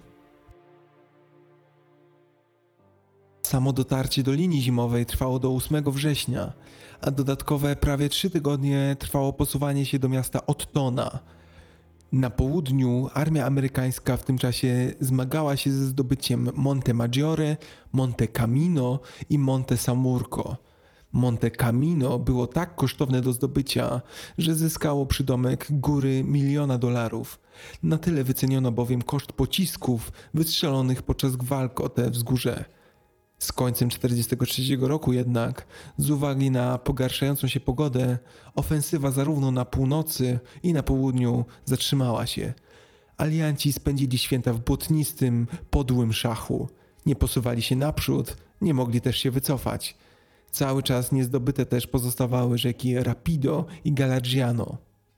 Samo dotarcie do linii zimowej trwało do 8 września, a dodatkowe prawie 3 tygodnie trwało posuwanie się do miasta Ottona. Na południu armia amerykańska w tym czasie zmagała się ze zdobyciem Monte Maggiore, Monte Cammino i Monte Samurco. Monte Cammino było tak kosztowne do zdobycia, że zyskało przydomek góry $1 000 000. Na tyle wyceniono bowiem koszt pocisków wystrzelonych podczas walk o te wzgórze. Z końcem 1943 roku jednak, z uwagi na pogarszającą się pogodę, ofensywa zarówno na północy i na południu zatrzymała się. Alianci spędzili święta w błotnistym, podłym szachu. Nie posuwali się naprzód, nie mogli też się wycofać. Cały czas niezdobyte też pozostawały rzeki Rapido i Galagliano.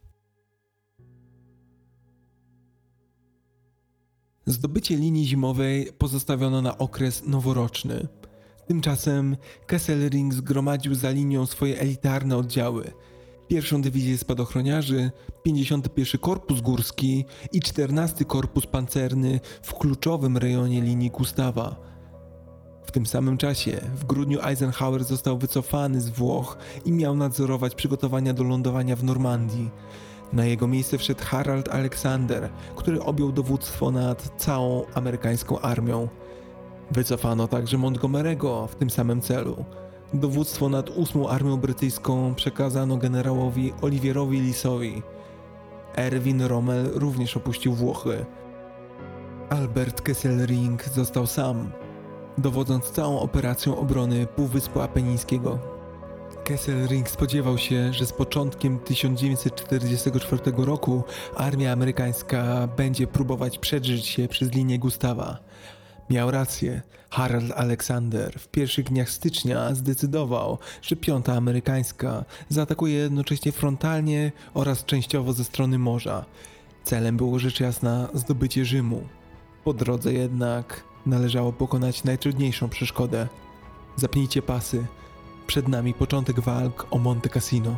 Zdobycie linii zimowej pozostawiono na okres noworoczny. Tymczasem Kesselring zgromadził za linią swoje elitarne oddziały. 1. Dywizję Spadochroniarzy, 51. Korpus Górski i 14. Korpus Pancerny w kluczowym rejonie linii Gustawa. W tym samym czasie, w grudniu, Eisenhower został wycofany z Włoch i miał nadzorować przygotowania do lądowania w Normandii. Na jego miejsce wszedł Harold Alexander, który objął dowództwo nad całą amerykańską armią. Wycofano także Montgomery'ego w tym samym celu. Dowództwo nad 8. Armią Brytyjską przekazano generałowi Olivierowi Leesowi. Erwin Rommel również opuścił Włochy. Albert Kesselring został sam, dowodząc całą operacją obrony Półwyspu Apenińskiego. Kesselring spodziewał się, że z początkiem 1944 roku armia amerykańska będzie próbować przedrzeć się przez linię Gustawa. Miał rację. Harold Alexander w pierwszych dniach stycznia zdecydował, że 5. amerykańska zaatakuje jednocześnie frontalnie oraz częściowo ze strony morza. Celem było rzecz jasna zdobycie Rzymu. Po drodze jednak należało pokonać najtrudniejszą przeszkodę. Zapnijcie pasy. Przed nami początek walk o Monte Cassino.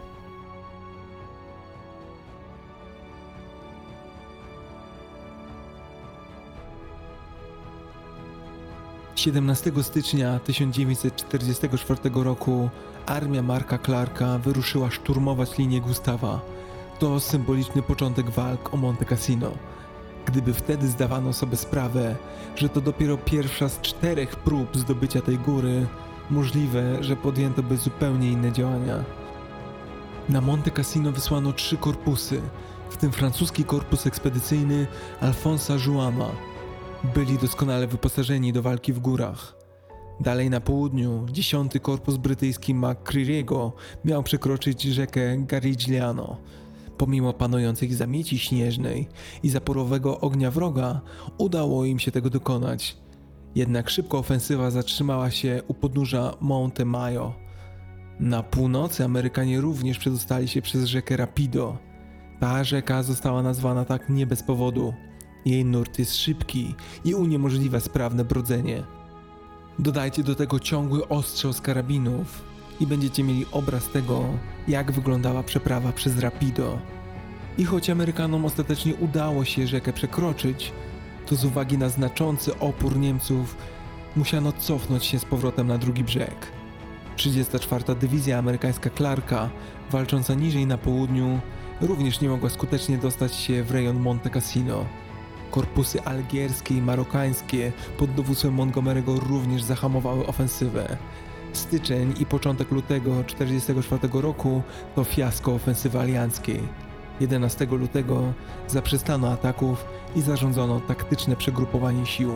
17 stycznia 1944 roku armia Marka Clarka wyruszyła szturmować linię Gustawa. To symboliczny początek walk o Monte Cassino. Gdyby wtedy zdawano sobie sprawę, że to dopiero pierwsza z 4 prób zdobycia tej góry, możliwe, że podjęto by zupełnie inne działania. Na Monte Cassino wysłano 3 korpusy, w tym francuski korpus ekspedycyjny Alfonsa Jouama. Byli doskonale wyposażeni do walki w górach. Dalej na południu 10. Korpus Brytyjski McCreary'ego miał przekroczyć rzekę Garigliano. Pomimo panującej zamieci śnieżnej i zaporowego ognia wroga, udało im się tego dokonać. Jednak szybko ofensywa zatrzymała się u podnóża Monte Maio. Na północy Amerykanie również przedostali się przez rzekę Rapido. Ta rzeka została nazwana tak nie bez powodu. Jej nurt jest szybki i uniemożliwia sprawne brodzenie. Dodajcie do tego ciągły ostrzał z karabinów i będziecie mieli obraz tego, jak wyglądała przeprawa przez Rapido. I choć Amerykanom ostatecznie udało się rzekę przekroczyć, to z uwagi na znaczący opór Niemców musiano cofnąć się z powrotem na drugi brzeg. 34. Dywizja amerykańska Clarka, walcząca niżej na południu, również nie mogła skutecznie dostać się w rejon Monte Cassino. Korpusy algierskie i marokańskie pod dowództwem Montgomery'ego również zahamowały ofensywę. Styczeń i początek lutego 1944 roku to fiasko ofensywy alianckiej. 11 lutego zaprzestano ataków i zarządzono taktyczne przegrupowanie sił.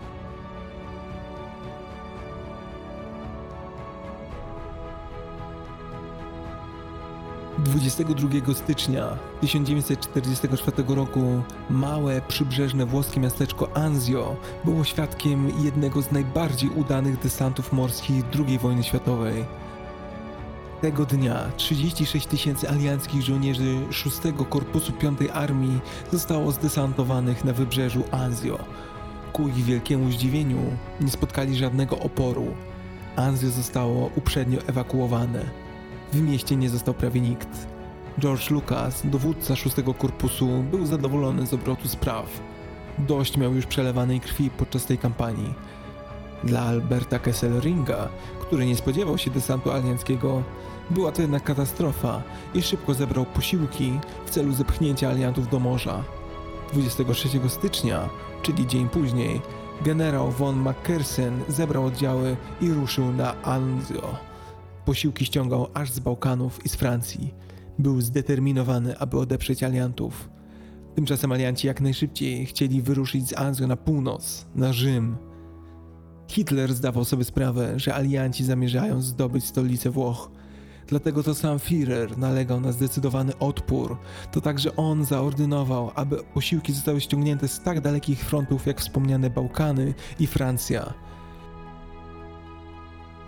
22 stycznia 1944 roku małe przybrzeżne włoskie miasteczko Anzio było świadkiem jednego z najbardziej udanych desantów morskich II wojny światowej. Tego dnia 36 000 alianckich żołnierzy 6 Korpusu 5 Armii zostało zdesantowanych na wybrzeżu Anzio. Ku ich wielkiemu zdziwieniu nie spotkali żadnego oporu. Anzio zostało uprzednio ewakuowane. W mieście nie został prawie nikt. George Lucas, dowódca 6 Korpusu, był zadowolony z obrotu spraw. Dość miał już przelewanej krwi podczas tej kampanii. Dla Alberta Kesselringa, który nie spodziewał się desantu alianckiego, była to jednak katastrofa i szybko zebrał posiłki w celu zepchnięcia aliantów do morza. 23 stycznia, czyli dzień później, generał von Mackensen zebrał oddziały i ruszył na Anzio. Posiłki ściągał aż z Bałkanów i z Francji. Był zdeterminowany, aby odeprzeć aliantów. Tymczasem alianci jak najszybciej chcieli wyruszyć z Anzio na północ, na Rzym. Hitler zdawał sobie sprawę, że alianci zamierzają zdobyć stolicę Włoch. Dlatego to sam Führer nalegał na zdecydowany odpór. To także on zaordynował, aby posiłki zostały ściągnięte z tak dalekich frontów jak wspomniane Bałkany i Francja.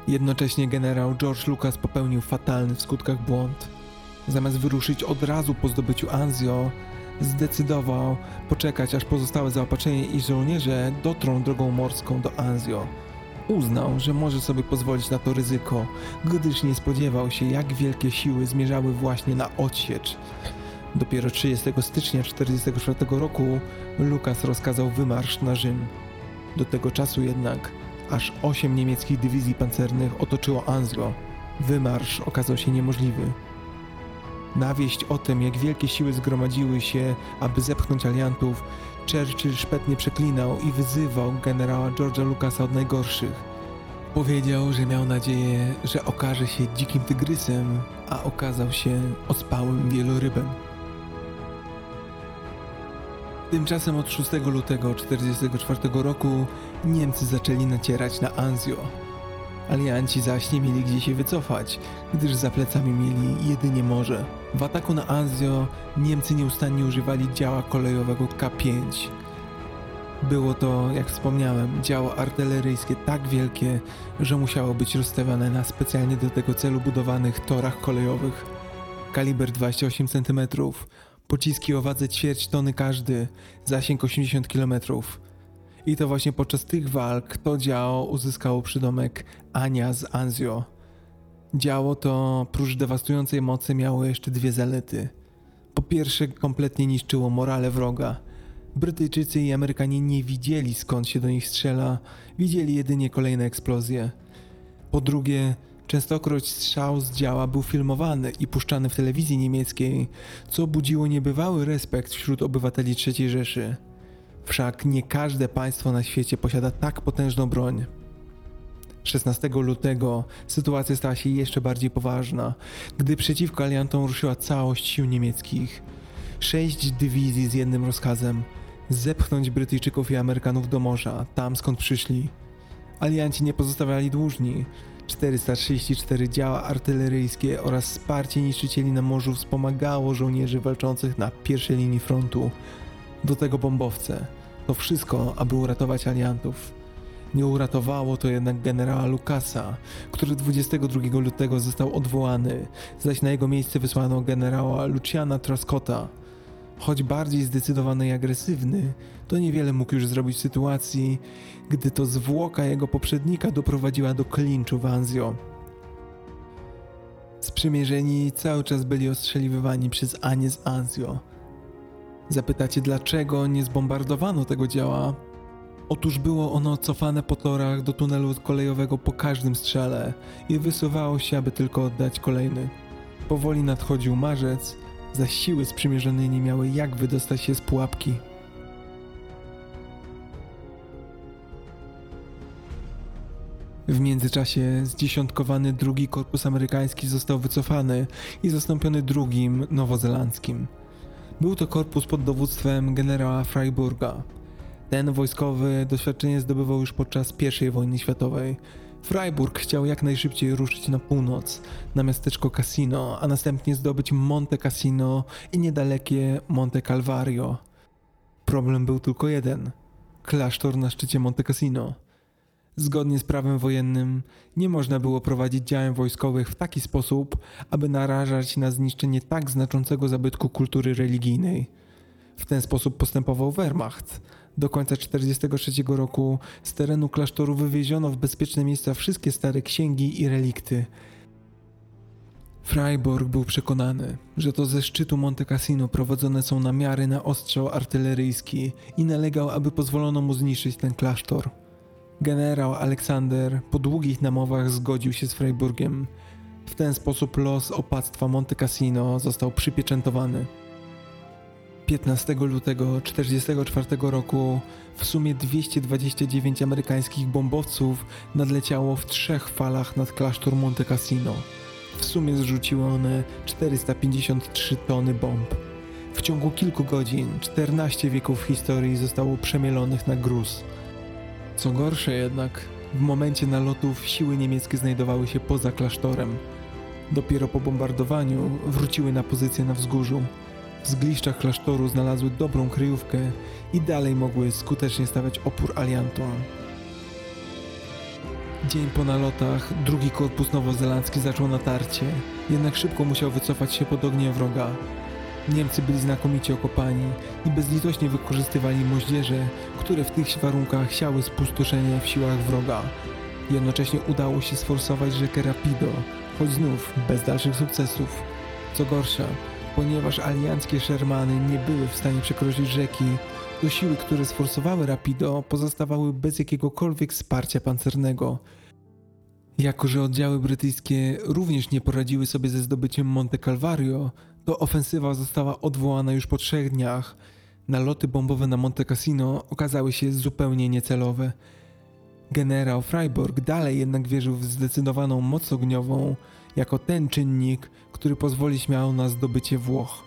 Jednocześnie generał George Lucas popełnił fatalny w skutkach błąd. Zamiast wyruszyć od razu po zdobyciu Anzio, zdecydował poczekać, aż pozostałe zaopatrzenie i żołnierze dotrą drogą morską do Anzio. Uznał, że może sobie pozwolić na to ryzyko, gdyż nie spodziewał się, jak wielkie siły zmierzały właśnie na odsiecz. Dopiero 30 stycznia 1944 roku Lucas rozkazał wymarsz na Rzym. Do tego czasu jednak aż 8 niemieckich dywizji pancernych otoczyło Anzio. Wymarsz okazał się niemożliwy. Na wieść o tym, jak wielkie siły zgromadziły się, aby zepchnąć aliantów, Churchill szpetnie przeklinał i wyzywał generała George'a Lucasa od najgorszych. Powiedział, że miał nadzieję, że okaże się dzikim tygrysem, a okazał się ospałym wielorybem. Tymczasem od 6 lutego 1944 roku Niemcy zaczęli nacierać na Anzio. Alianci zaś nie mieli gdzie się wycofać, gdyż za plecami mieli jedynie morze. W ataku na Anzio Niemcy nieustannie używali działa kolejowego K5. Było to, jak wspomniałem, działo artyleryjskie tak wielkie, że musiało być rozstawione na specjalnie do tego celu budowanych torach kolejowych. Kaliber 28 cm, pociski o wadze ćwierć tony każdy, zasięg 80 km. I to właśnie podczas tych walk to działo uzyskało przydomek Ania z Anzio. Działo to, prócz dewastującej mocy, miało jeszcze dwie zalety. Po pierwsze, kompletnie niszczyło morale wroga. Brytyjczycy i Amerykanie nie widzieli, skąd się do nich strzela, widzieli jedynie kolejne eksplozje. Po drugie, częstokroć strzał z działa był filmowany i puszczany w telewizji niemieckiej, co budziło niebywały respekt wśród obywateli III Rzeszy. Wszak nie każde państwo na świecie posiada tak potężną broń. 16 lutego sytuacja stała się jeszcze bardziej poważna, gdy przeciwko aliantom ruszyła całość sił niemieckich. 6 dywizji z jednym rozkazem: zepchnąć Brytyjczyków i Amerykanów do morza, tam skąd przyszli. Alianci nie pozostawiali dłużni. 434 działa artyleryjskie oraz wsparcie niszczycieli na morzu wspomagało żołnierzy walczących na pierwszej linii frontu. Do tego bombowce. To wszystko, aby uratować aliantów. Nie uratowało to jednak generała Lucasa, który 22 lutego został odwołany, zaś na jego miejsce wysłano generała Luciana Truscotta. Choć bardziej zdecydowany i agresywny, to niewiele mógł już zrobić w sytuacji, gdy to zwłoka jego poprzednika doprowadziła do klinczu w Anzio. Sprzymierzeni cały czas byli ostrzeliwywani przez Anię z Anzio. Zapytacie, dlaczego nie zbombardowano tego działa? Otóż było ono cofane po torach do tunelu kolejowego po każdym strzale i wysuwało się, aby tylko oddać kolejny. Powoli nadchodził marzec, zaś siły sprzymierzone nie miały jak wydostać się z pułapki. W międzyczasie zdziesiątkowany drugi korpus amerykański został wycofany i zastąpiony drugim nowozelandzkim. Był to korpus pod dowództwem generała Freyburga. Ten wojskowy doświadczenie zdobywał już podczas I wojny światowej. Freyburg chciał jak najszybciej ruszyć na północ, na miasteczko Cassino, a następnie zdobyć Monte Cassino i niedalekie Monte Calvario. Problem był tylko jeden: klasztor na szczycie Monte Cassino. Zgodnie z prawem wojennym nie można było prowadzić działań wojskowych w taki sposób, aby narażać na zniszczenie tak znaczącego zabytku kultury religijnej. W ten sposób postępował Wehrmacht. Do końca 1943 roku z terenu klasztoru wywieziono w bezpieczne miejsca wszystkie stare księgi i relikty. Freyburg był przekonany, że to ze szczytu Monte Cassino prowadzone są namiary na ostrzał artyleryjski i nalegał, aby pozwolono mu zniszczyć ten klasztor. Generał Aleksander po długich namowach zgodził się z Freyburgiem. W ten sposób los opactwa Monte Cassino został przypieczętowany. 15 lutego 1944 roku w sumie 229 amerykańskich bombowców nadleciało w 3 falach nad klasztor Monte Cassino. W sumie zrzuciły one 453 tony bomb. W ciągu kilku godzin 14 wieków historii zostało przemielonych na gruz. Co gorsze jednak, w momencie nalotów siły niemieckie znajdowały się poza klasztorem. Dopiero po bombardowaniu wróciły na pozycję na wzgórzu. W zgliszczach klasztoru znalazły dobrą kryjówkę i dalej mogły skutecznie stawiać opór aliantom. Dzień po nalotach drugi korpus nowozelandzki zaczął natarcie, jednak szybko musiał wycofać się pod ogniem wroga. Niemcy byli znakomicie okopani i bezlitośnie wykorzystywali moździerze, które w tych warunkach siały spustoszenie w siłach wroga. Jednocześnie udało się sforsować rzekę Rapido, choć znów bez dalszych sukcesów. Co gorsza, ponieważ alianckie Shermany nie były w stanie przekroczyć rzeki, to siły, które sforsowały Rapido, pozostawały bez jakiegokolwiek wsparcia pancernego. Jako że oddziały brytyjskie również nie poradziły sobie ze zdobyciem Monte Calvario, to ofensywa została odwołana już po 3 dniach. Naloty bombowe na Monte Cassino okazały się zupełnie niecelowe. Generał Freyberg dalej jednak wierzył w zdecydowaną moc ogniową jako ten czynnik, który pozwoli śmiało na zdobycie Włoch.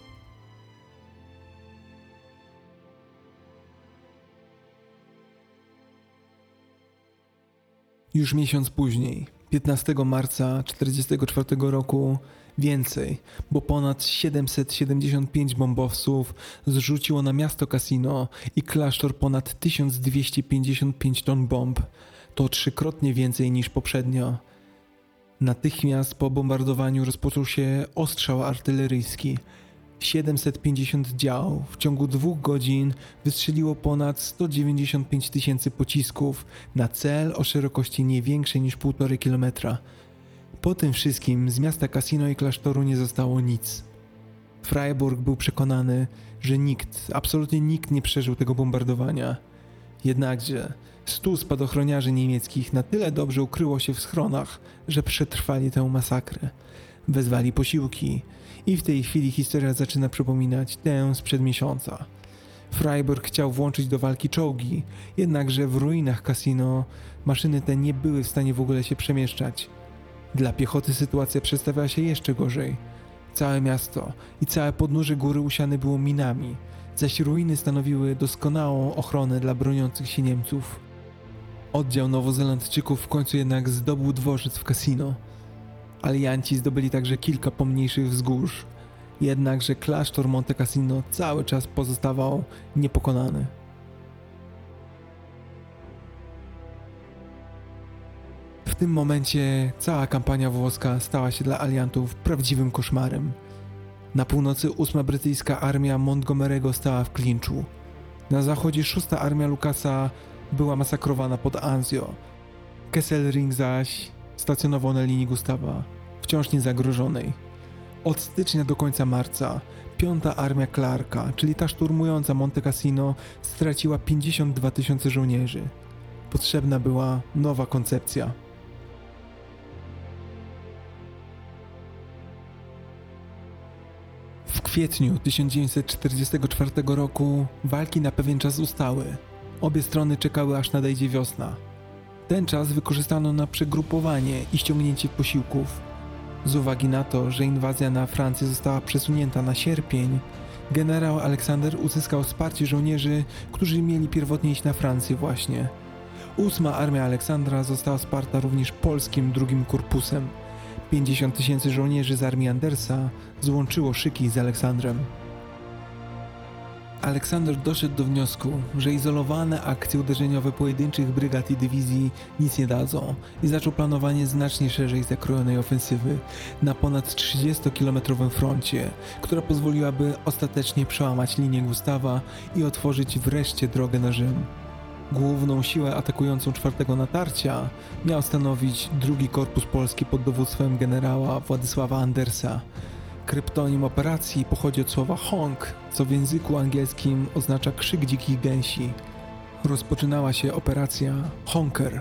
Już miesiąc później, 15 marca 1944 roku, więcej, bo ponad 775 bombowców zrzuciło na miasto Cassino i klasztor ponad 1255 ton bomb. To 3-krotnie więcej niż poprzednio. Natychmiast po bombardowaniu rozpoczął się ostrzał artyleryjski. 750 dział w ciągu 2 godzin wystrzeliło ponad 195 000 pocisków na cel o szerokości nie większej niż 1,5 kilometra. Po tym wszystkim z miasta Cassino i klasztoru nie zostało nic. Freyberg był przekonany, że nikt, absolutnie nikt nie przeżył tego bombardowania. Jednakże 100 spadochroniarzy niemieckich na tyle dobrze ukryło się w schronach, że przetrwali tę masakrę. Wezwali posiłki i w tej chwili historia zaczyna przypominać tę sprzed miesiąca. Freyberg chciał włączyć do walki czołgi, jednakże w ruinach Cassino maszyny te nie były w stanie w ogóle się przemieszczać. Dla piechoty sytuacja przedstawiała się jeszcze gorzej. Całe miasto i całe podnóże góry usiane było minami, zaś ruiny stanowiły doskonałą ochronę dla broniących się Niemców. Oddział Nowozelandczyków w końcu jednak zdobył dworzec w Cassino. Alianci zdobyli także kilka pomniejszych wzgórz, jednakże klasztor Monte Cassino cały czas pozostawał niepokonany. W tym momencie cała kampania włoska stała się dla aliantów prawdziwym koszmarem. Na północy 8. brytyjska armia Montgomery'ego stała w klinczu. Na zachodzie 6. armia Lucasa była masakrowana pod Anzio. Kesselring zaś stacjonował na linii Gustawa, wciąż niezagrożonej. Od stycznia do końca marca 5. armia Clarka, czyli ta szturmująca Monte Cassino, straciła 52 000 żołnierzy. Potrzebna była nowa koncepcja. W kwietniu 1944 roku walki na pewien czas ustały. Obie strony czekały, aż nadejdzie wiosna. Ten czas wykorzystano na przegrupowanie i ściągnięcie posiłków. Z uwagi na to, że inwazja na Francję została przesunięta na sierpień, generał Aleksander uzyskał wsparcie żołnierzy, którzy mieli pierwotnie iść na Francję właśnie. 8. armia Aleksandra została wsparta również polskim II korpusem. 50 000 żołnierzy z armii Andersa złączyło szyki z Aleksandrem. Aleksander doszedł do wniosku, że izolowane akcje uderzeniowe pojedynczych brygad i dywizji nic nie dadzą i zaczął planowanie znacznie szerzej zakrojonej ofensywy na ponad 30-kilometrowym froncie, która pozwoliłaby ostatecznie przełamać linię Gustawa i otworzyć wreszcie drogę na Rzym. Główną siłę atakującą 4. natarcia miał stanowić II Korpus Polski pod dowództwem generała Władysława Andersa. Kryptonim operacji pochodzi od słowa honk, co w języku angielskim oznacza krzyk dzikich gęsi. Rozpoczynała się operacja Honker.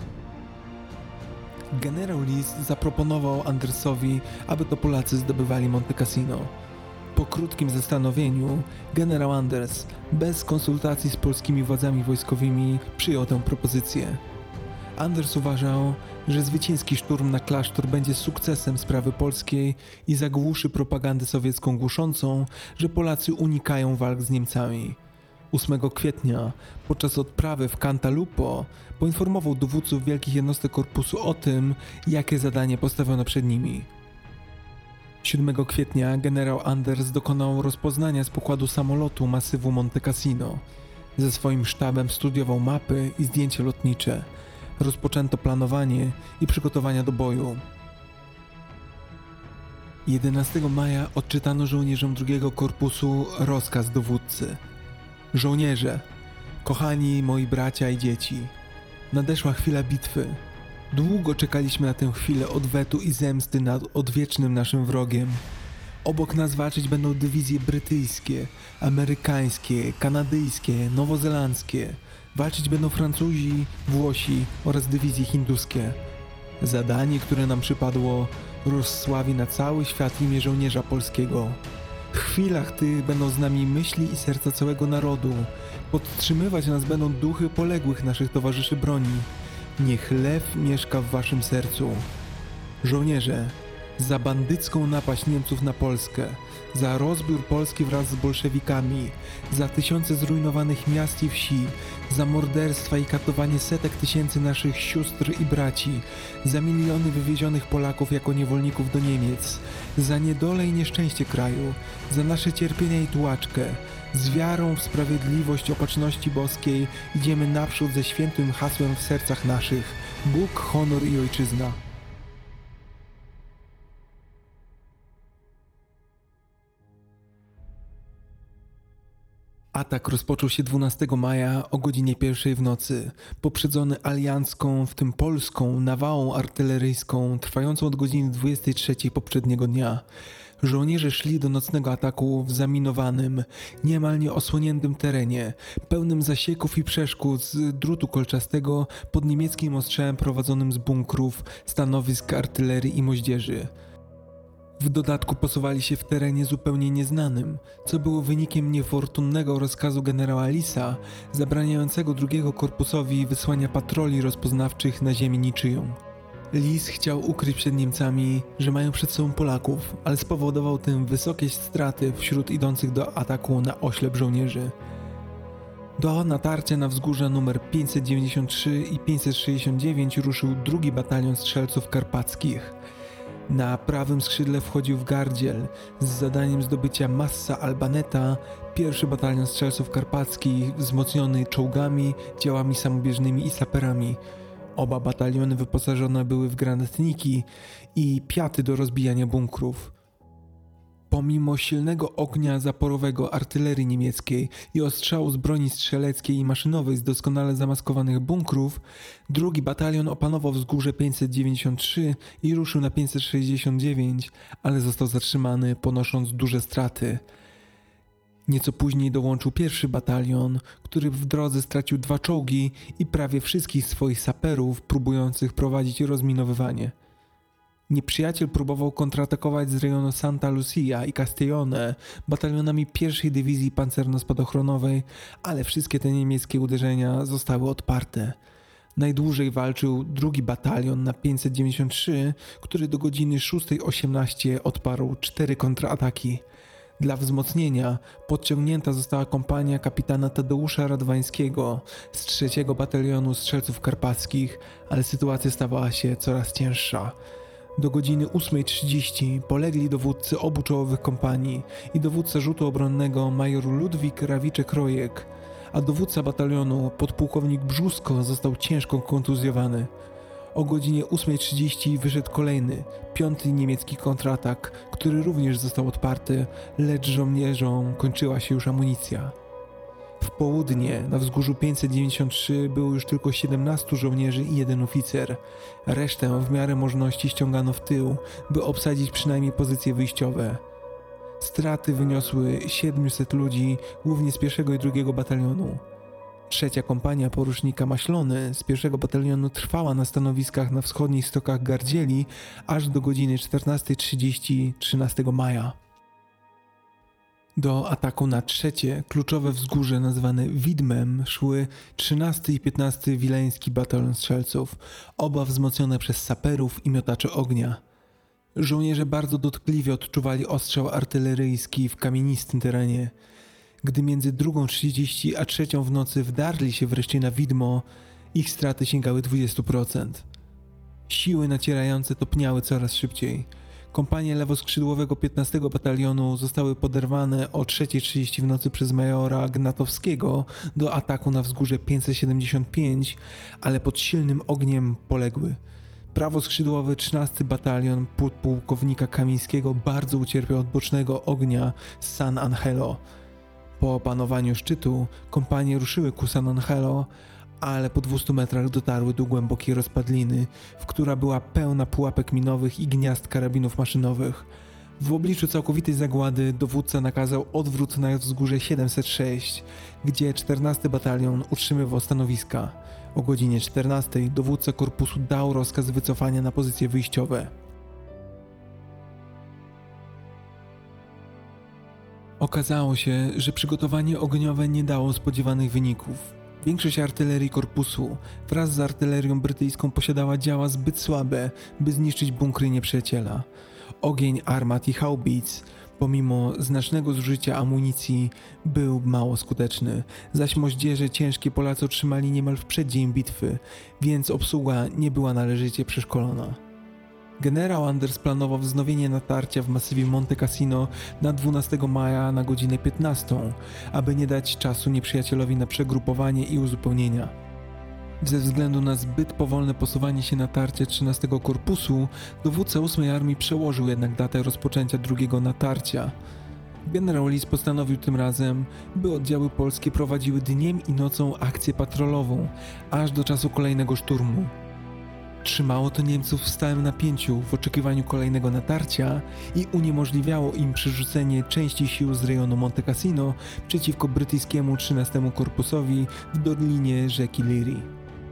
Generał List zaproponował Andersowi, aby to Polacy zdobywali Monte Cassino. Po krótkim zastanowieniu generał Anders, bez konsultacji z polskimi władzami wojskowymi, przyjął tę propozycję. Anders uważał, że zwycięski szturm na klasztor będzie sukcesem sprawy polskiej i zagłuszy propagandę sowiecką głoszącą, że Polacy unikają walk z Niemcami. 8 kwietnia, podczas odprawy w Cantalupo, poinformował dowódców wielkich jednostek korpusu o tym, jakie zadanie postawiono przed nimi. 7 kwietnia generał Anders dokonał rozpoznania z pokładu samolotu masywu Monte Cassino. Ze swoim sztabem studiował mapy i zdjęcia lotnicze. Rozpoczęto planowanie i przygotowania do boju. 11 maja odczytano żołnierzom drugiego korpusu rozkaz dowódcy. Żołnierze, kochani moi bracia i dzieci, nadeszła chwila bitwy. Długo czekaliśmy na tę chwilę odwetu i zemsty nad odwiecznym naszym wrogiem. Obok nas walczyć będą dywizje brytyjskie, amerykańskie, kanadyjskie, nowozelandzkie. Walczyć będą Francuzi, Włosi oraz dywizje hinduskie. Zadanie, które nam przypadło, rozsławi na cały świat imię żołnierza polskiego. W chwilach tych będą z nami myśli i serca całego narodu. Podtrzymywać nas będą duchy poległych naszych towarzyszy broni. Niech lew mieszka w waszym sercu. Żołnierze, za bandycką napaść Niemców na Polskę, za rozbiór Polski wraz z bolszewikami, za tysiące zrujnowanych miast i wsi, za morderstwa i katowanie setek tysięcy naszych sióstr i braci, za miliony wywiezionych Polaków jako niewolników do Niemiec, za niedolę i nieszczęście kraju, za nasze cierpienia i tułaczkę, z wiarą w sprawiedliwość opatrzności boskiej idziemy naprzód ze świętym hasłem w sercach naszych: Bóg, honor i ojczyzna. Atak rozpoczął się 12 maja o godzinie 1 w nocy, poprzedzony aliancką, w tym polską, nawałą artyleryjską trwającą od godziny 23 poprzedniego dnia. Żołnierze szli do nocnego ataku w zaminowanym, niemal nieosłoniętym terenie, pełnym zasieków i przeszkód z drutu kolczastego pod niemieckim ostrzałem prowadzonym z bunkrów, stanowisk artylerii i moździerzy. W dodatku posuwali się w terenie zupełnie nieznanym, co było wynikiem niefortunnego rozkazu generała Lisa, zabraniającego drugiego korpusowi wysłania patroli rozpoznawczych na ziemię niczyją. Lis chciał ukryć przed Niemcami, że mają przed sobą Polaków, ale spowodował tym wysokie straty wśród idących do ataku na oślep żołnierzy. Do natarcia na wzgórza nr 593 i 569 ruszył drugi batalion strzelców karpackich. Na prawym skrzydle wchodził w gardziel z zadaniem zdobycia Massa Albaneta pierwszy batalion strzelców karpackich wzmocniony czołgami, działami samobieżnymi i saperami. Oba bataliony wyposażone były w granatniki i piaty do rozbijania bunkrów. Pomimo silnego ognia zaporowego artylerii niemieckiej i ostrzału z broni strzeleckiej i maszynowej z doskonale zamaskowanych bunkrów, drugi batalion opanował wzgórze 593 i ruszył na 569, ale został zatrzymany, ponosząc duże straty. Nieco później dołączył pierwszy batalion, który w drodze stracił 2 czołgi i prawie wszystkich swoich saperów próbujących prowadzić rozminowywanie. Nieprzyjaciel próbował kontratakować z rejonu Santa Lucia i Castellone batalionami pierwszej dywizji pancerno-spadochronowej, ale wszystkie te niemieckie uderzenia zostały odparte. Najdłużej walczył drugi batalion na 593, który do godziny 6:18 odparł 4 kontrataki. Dla wzmocnienia podciągnięta została kompania kapitana Tadeusza Radwańskiego z 3 batalionu strzelców karpackich, ale sytuacja stawała się coraz cięższa. Do godziny 8:30 polegli dowódcy obu czołowych kompanii i dowódca rzutu obronnego major Ludwik Rawiczek-Rojek, a dowódca batalionu podpułkownik Brzusko został ciężko kontuzjowany. O godzinie 8:30 wyszedł kolejny, 5. niemiecki kontratak, który również został odparty, lecz żołnierzom kończyła się już amunicja. W południe na wzgórzu 593 było już tylko 17 żołnierzy i 1 oficer. Resztę w miarę możliwości ściągano w tył, by obsadzić przynajmniej pozycje wyjściowe. Straty wyniosły 700 ludzi, głównie z 1. i 2. batalionu. 3. kompania porucznika Maślony z 1. batalionu trwała na stanowiskach na wschodnich stokach Gardzieli aż do godziny 14:30 13 maja. Do ataku na 3. kluczowe wzgórze nazwane Widmem szły 13. i 15. Wileński batalion strzelców, oba wzmocnione przez saperów i miotaczy ognia. Żołnierze bardzo dotkliwie odczuwali ostrzał artyleryjski w kamienistym terenie. Gdy między 2:30 a 3 w nocy wdarli się wreszcie na widmo, ich straty sięgały 20%. Siły nacierające topniały coraz szybciej. Kompanie lewoskrzydłowego 15 Batalionu zostały poderwane o 3:30 w nocy przez majora Gnatowskiego do ataku na wzgórze 575, ale pod silnym ogniem poległy. Prawoskrzydłowy 13 Batalion podpułkownika Kamińskiego bardzo ucierpiał od bocznego ognia z San Angelo. Po opanowaniu szczytu kompanie ruszyły ku San Angelo, ale po 200 metrach dotarły do głębokiej rozpadliny, która była pełna pułapek minowych i gniazd karabinów maszynowych. W obliczu całkowitej zagłady dowódca nakazał odwrót na wzgórze 706, gdzie 14 Batalion utrzymywał stanowiska. O godzinie 14 dowódca korpusu dał rozkaz wycofania na pozycje wyjściowe. Okazało się, że przygotowanie ogniowe nie dało spodziewanych wyników. Większość artylerii korpusu wraz z artylerią brytyjską posiadała działa zbyt słabe, by zniszczyć bunkry nieprzyjaciela. Ogień armat i haubic, pomimo znacznego zużycia amunicji, był mało skuteczny, zaś moździerze ciężkie Polacy otrzymali niemal w przeddzień bitwy, więc obsługa nie była należycie przeszkolona. Generał Anders planował wznowienie natarcia w masywie Monte Cassino na 12 maja na godzinę 15, aby nie dać czasu nieprzyjacielowi na przegrupowanie i uzupełnienia. Ze względu na zbyt powolne posuwanie się natarcia 13 Korpusu, dowódca 8 Armii przełożył jednak datę rozpoczęcia drugiego natarcia. Generał Lis postanowił tym razem, by oddziały polskie prowadziły dniem i nocą akcję patrolową, aż do czasu kolejnego szturmu. Trzymało to Niemców w stałym napięciu w oczekiwaniu kolejnego natarcia i uniemożliwiało im przerzucenie części sił z rejonu Monte Cassino przeciwko brytyjskiemu 13 Korpusowi w dolinie rzeki Liri.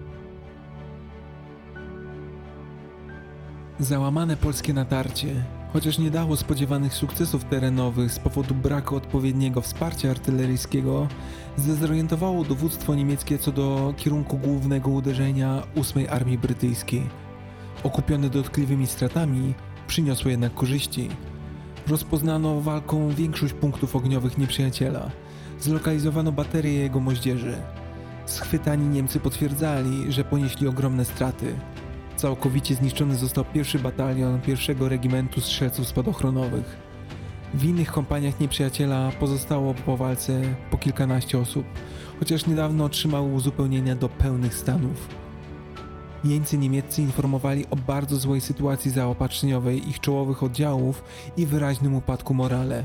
Załamane polskie natarcie, chociaż nie dało spodziewanych sukcesów terenowych z powodu braku odpowiedniego wsparcia artyleryjskiego, zdezorientowało dowództwo niemieckie co do kierunku głównego uderzenia 8 Armii Brytyjskiej. Okupione dotkliwymi stratami, przyniosło jednak korzyści. Rozpoznano walką większość punktów ogniowych nieprzyjaciela. Zlokalizowano baterię jego moździerzy. Schwytani Niemcy potwierdzali, że ponieśli ogromne straty. Całkowicie zniszczony został 1 Batalion 1 Regimentu Strzelców Spadochronowych. W innych kompaniach nieprzyjaciela pozostało po walce po kilkanaście osób, chociaż niedawno otrzymały uzupełnienia do pełnych stanów. Jeńcy niemieccy informowali o bardzo złej sytuacji zaopatrzeniowej ich czołowych oddziałów i wyraźnym upadku morale.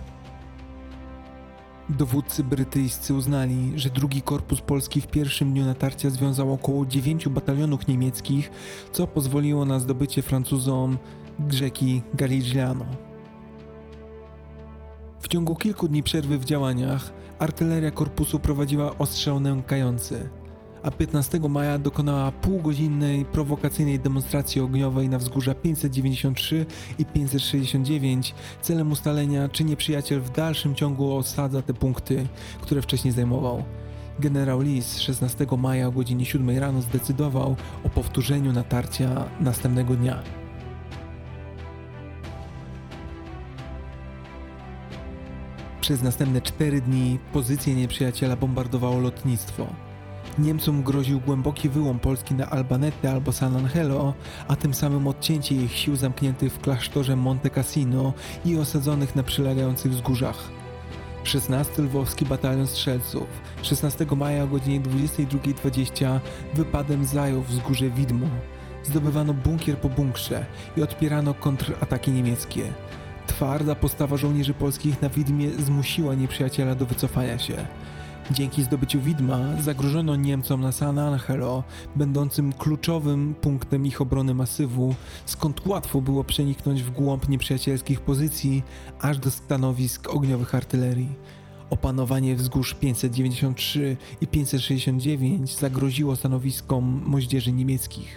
Dowódcy brytyjscy uznali, że drugi korpus polski w pierwszym dniu natarcia związał około 9 batalionów niemieckich, co pozwoliło na zdobycie Francuzom rzeki Garigliano. W ciągu kilku dni przerwy w działaniach artyleria korpusu prowadziła ostrzał nękający, a 15 maja dokonała półgodzinnej prowokacyjnej demonstracji ogniowej na wzgórza 593 i 569 celem ustalenia, czy nieprzyjaciel w dalszym ciągu osadza te punkty, które wcześniej zajmował. Generał Lis 16 maja o godzinie 7 rano zdecydował o powtórzeniu natarcia następnego dnia. Przez następne 4 dni pozycje nieprzyjaciela bombardowało lotnictwo. Niemcom groził głęboki wyłom Polski na Albanety albo San Angelo, a tym samym odcięcie ich sił zamkniętych w klasztorze Monte Cassino i osadzonych na przylegających wzgórzach. 16 Lwowski Batalion Strzelców 16 maja o godzinie 22:20 wypadem zajął wzgórze Widmo. Zdobywano bunkier po bunkrze i odpierano kontrataki niemieckie. Twarda postawa żołnierzy polskich na Widmie zmusiła nieprzyjaciela do wycofania się. Dzięki zdobyciu Widma zagrożono Niemcom na San Angelo, będącym kluczowym punktem ich obrony masywu, skąd łatwo było przeniknąć w głąb nieprzyjacielskich pozycji aż do stanowisk ogniowych artylerii. Opanowanie wzgórz 593 i 569 zagroziło stanowiskom moździerzy niemieckich.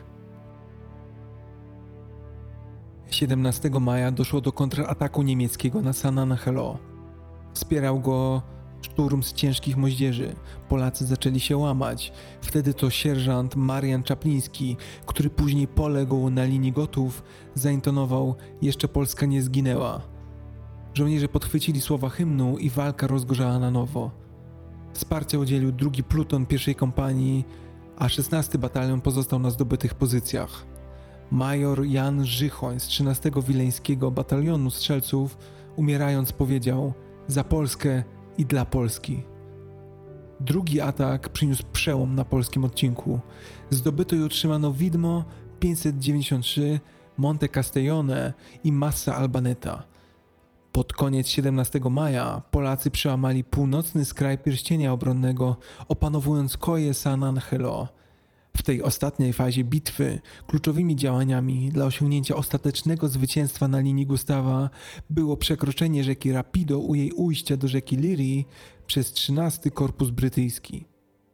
17 maja doszło do kontrataku niemieckiego na San Angelo. Wspierał go szturm z ciężkich moździerzy. Polacy zaczęli się łamać. Wtedy to sierżant Marian Czapliński, który później poległ na linii Gotów, zaintonował „Jeszcze Polska nie zginęła”. Żołnierze podchwycili słowa hymnu i walka rozgorzała na nowo. Wsparcia udzielił drugi pluton pierwszej kompanii, a 16 batalion pozostał na zdobytych pozycjach. Major Jan Żychoń z 13 Wileńskiego Batalionu Strzelców, umierając, powiedział: za Polskę i dla Polski. Drugi atak przyniósł przełom na polskim odcinku. Zdobyto i utrzymano widmo 593, Monte Castellone i Massa Albaneta. Pod koniec 17 maja Polacy przełamali północny skraj pierścienia obronnego, opanowując Colle San Angelo. W tej ostatniej fazie bitwy kluczowymi działaniami dla osiągnięcia ostatecznego zwycięstwa na linii Gustawa było przekroczenie rzeki Rapido u jej ujścia do rzeki Lirii przez 13 Korpus Brytyjski.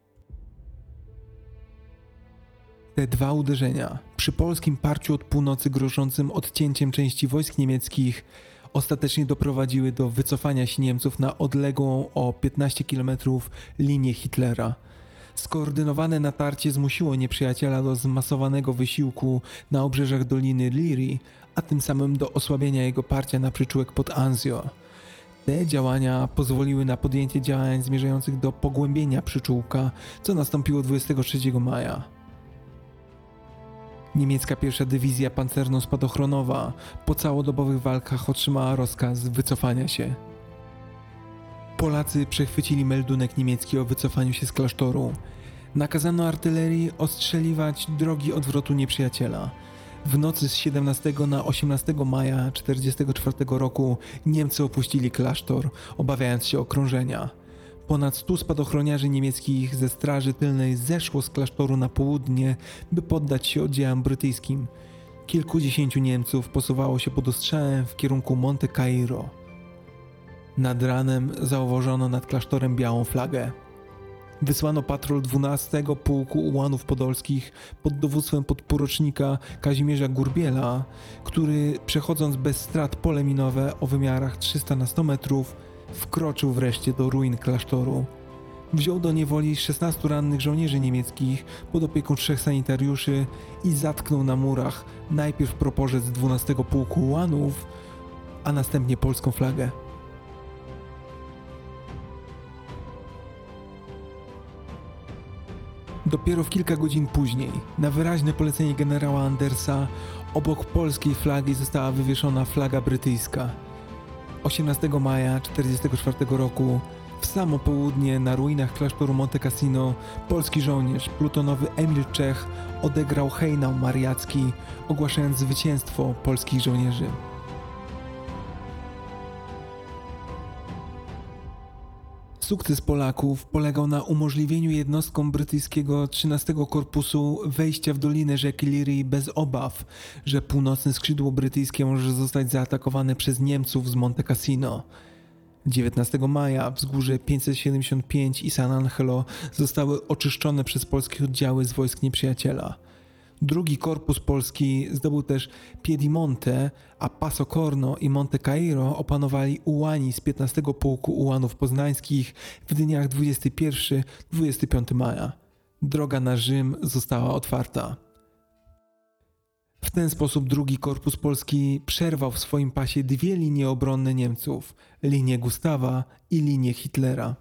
Te dwa uderzenia, przy polskim parciu od północy grożącym odcięciem części wojsk niemieckich, ostatecznie doprowadziły do wycofania się Niemców na odległą o 15 km linię Hitlera. Skoordynowane natarcie zmusiło nieprzyjaciela do zmasowanego wysiłku na obrzeżach Doliny Lirii, a tym samym do osłabienia jego parcia na przyczółek pod Anzio. Te działania pozwoliły na podjęcie działań zmierzających do pogłębienia przyczółka, co nastąpiło 23 maja. Niemiecka pierwsza dywizja pancerno-spadochronowa po całodobowych walkach otrzymała rozkaz wycofania się. Polacy przechwycili meldunek niemiecki o wycofaniu się z klasztoru. Nakazano artylerii ostrzeliwać drogi odwrotu nieprzyjaciela. W nocy z 17 na 18 maja 1944 roku Niemcy opuścili klasztor, obawiając się okrążenia. Ponad 100 spadochroniarzy niemieckich ze straży tylnej zeszło z klasztoru na południe, by poddać się oddziałom brytyjskim. Kilkudziesięciu Niemców posuwało się pod ostrzałem w kierunku Monte Cairo. Nad ranem zauważono nad klasztorem białą flagę. Wysłano patrol 12 Pułku Ułanów Podolskich pod dowództwem podporucznika Kazimierza Gurbiela, który, przechodząc bez strat pole minowe o wymiarach 300 na 100 metrów, wkroczył wreszcie do ruin klasztoru. Wziął do niewoli 16 rannych żołnierzy niemieckich pod opieką 3 sanitariuszy i zatknął na murach najpierw proporzec 12 Pułku Ułanów, a następnie polską flagę. Dopiero w kilka godzin później, na wyraźne polecenie generała Andersa, obok polskiej flagi została wywieszona flaga brytyjska. 18 maja 1944 roku, w samo południe na ruinach klasztoru Monte Cassino, polski żołnierz plutonowy Emil Czech odegrał hejnał mariacki, ogłaszając zwycięstwo polskich żołnierzy. Sukces Polaków polegał na umożliwieniu jednostkom brytyjskiego 13 Korpusu wejścia w dolinę rzeki Lirii bez obaw, że północne skrzydło brytyjskie może zostać zaatakowane przez Niemców z Monte Cassino. 19 maja wzgórze 575 i San Angelo zostały oczyszczone przez polskie oddziały z wojsk nieprzyjaciela. Drugi korpus polski zdobył też Piedimonte, a Passo Corno i Monte Cairo opanowali ułani z 15 Pułku Ułanów Poznańskich w dniach 21-25 maja. Droga na Rzym została otwarta. W ten sposób drugi korpus polski przerwał w swoim pasie dwie linie obronne Niemców, linię Gustawa i linię Hitlera.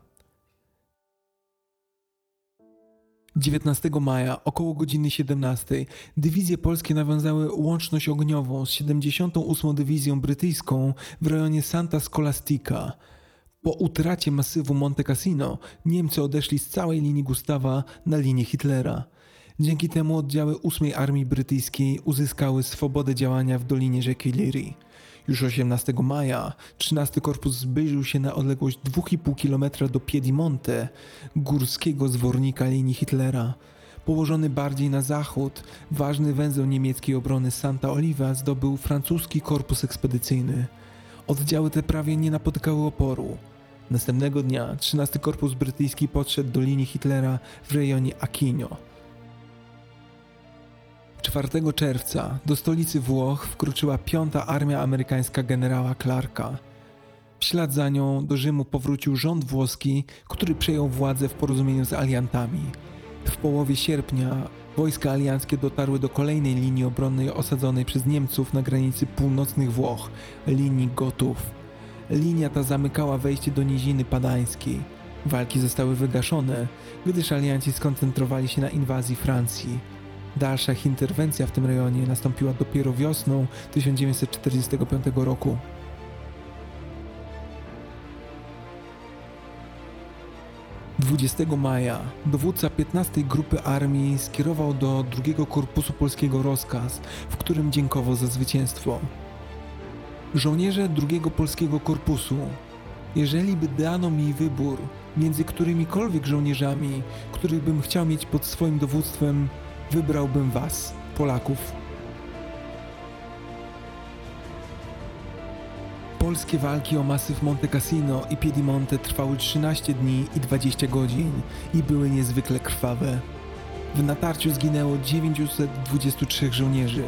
19 maja, około godziny 17, dywizje polskie nawiązały łączność ogniową z 78. Dywizją Brytyjską w rejonie Santa Scholastica. Po utracie masywu Monte Cassino Niemcy odeszli z całej linii Gustawa na linię Hitlera. Dzięki temu oddziały 8 Armii Brytyjskiej uzyskały swobodę działania w dolinie rzeki Lirii. Już 18 maja 13 Korpus zbliżył się na odległość 2,5 km do Piedimonte, górskiego zwornika linii Hitlera. Położony bardziej na zachód, ważny węzeł niemieckiej obrony Santa Oliva zdobył francuski korpus ekspedycyjny. Oddziały te prawie nie napotykały oporu. Następnego dnia 13 Korpus Brytyjski podszedł do linii Hitlera w rejonie Aquino. 4 czerwca do stolicy Włoch wkroczyła 5. Armia Amerykańska generała Clarka. W ślad za nią do Rzymu powrócił rząd włoski, który przejął władzę w porozumieniu z aliantami. W połowie sierpnia wojska alianckie dotarły do kolejnej linii obronnej osadzonej przez Niemców na granicy północnych Włoch, linii Gotów. Linia ta zamykała wejście do Niziny Padańskiej. Walki zostały wygaszone, gdyż alianci skoncentrowali się na inwazji Francji. Dalsza ich interwencja w tym rejonie nastąpiła dopiero wiosną 1945 roku. Maja dowódca 15 Grupy Armii skierował do II Korpusu Polskiego rozkaz, w którym dziękował za zwycięstwo. Żołnierze II Polskiego Korpusu, jeżeli by dano mi wybór między którymikolwiek żołnierzami, których bym chciał mieć pod swoim dowództwem, wybrałbym was, Polaków. Polskie walki o masyw Monte Cassino i Piedimonte trwały 13 dni i 20 godzin i były niezwykle krwawe. W natarciu zginęło 923 żołnierzy,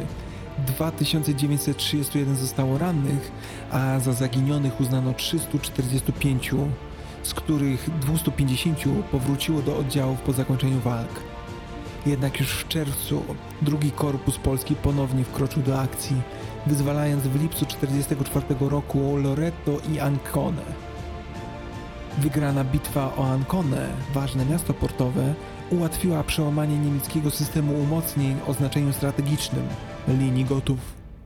2931 zostało rannych, a za zaginionych uznano 345, z których 250 powróciło do oddziałów po zakończeniu walk. Jednak już w czerwcu II Korpus Polski ponownie wkroczył do akcji, wyzwalając w lipcu 1944 roku Loreto i Ancone. Wygrana bitwa o Ancone, ważne miasto portowe, ułatwiła przełamanie niemieckiego systemu umocnień o znaczeniu strategicznym linii Gotów.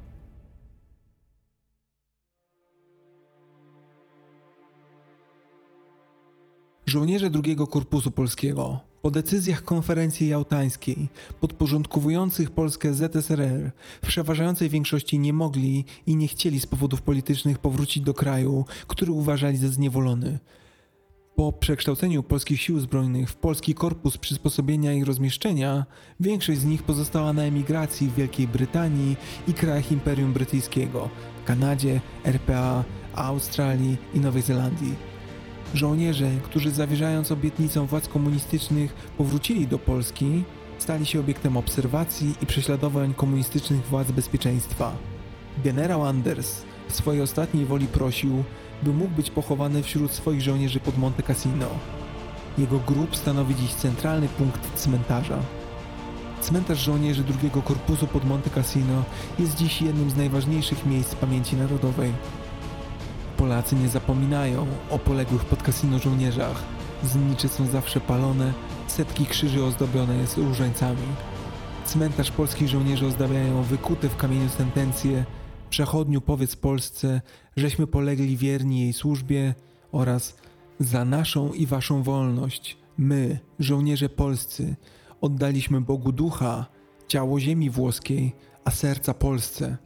Żołnierze II Korpusu Polskiego po decyzjach konferencji jałtańskiej podporządkowujących Polskę ZSRR w przeważającej większości nie mogli i nie chcieli z powodów politycznych powrócić do kraju, który uważali za zniewolony. Po przekształceniu polskich sił zbrojnych w Polski Korpus Przysposobienia i Rozmieszczenia, większość z nich pozostała na emigracji w Wielkiej Brytanii i krajach Imperium Brytyjskiego, Kanadzie, RPA, Australii i Nowej Zelandii. Żołnierze, którzy zawierzając obietnicom władz komunistycznych powrócili do Polski, stali się obiektem obserwacji i prześladowań komunistycznych władz bezpieczeństwa. Generał Anders w swojej ostatniej woli prosił, by mógł być pochowany wśród swoich żołnierzy pod Monte Cassino. Jego grób stanowi dziś centralny punkt cmentarza. Cmentarz żołnierzy II Korpusu pod Monte Cassino jest dziś jednym z najważniejszych miejsc pamięci narodowej. Polacy nie zapominają o poległych pod Cassino żołnierzach. Znicze są zawsze palone, setki krzyży ozdobione jest różańcami. Cmentarz polskich żołnierzy ozdabiają wykute w kamieniu sentencje: przechodniu powiedz Polsce, żeśmy polegli wierni jej służbie, oraz za naszą i waszą wolność my, żołnierze polscy, oddaliśmy Bogu ducha, ciało ziemi włoskiej, a serca Polsce.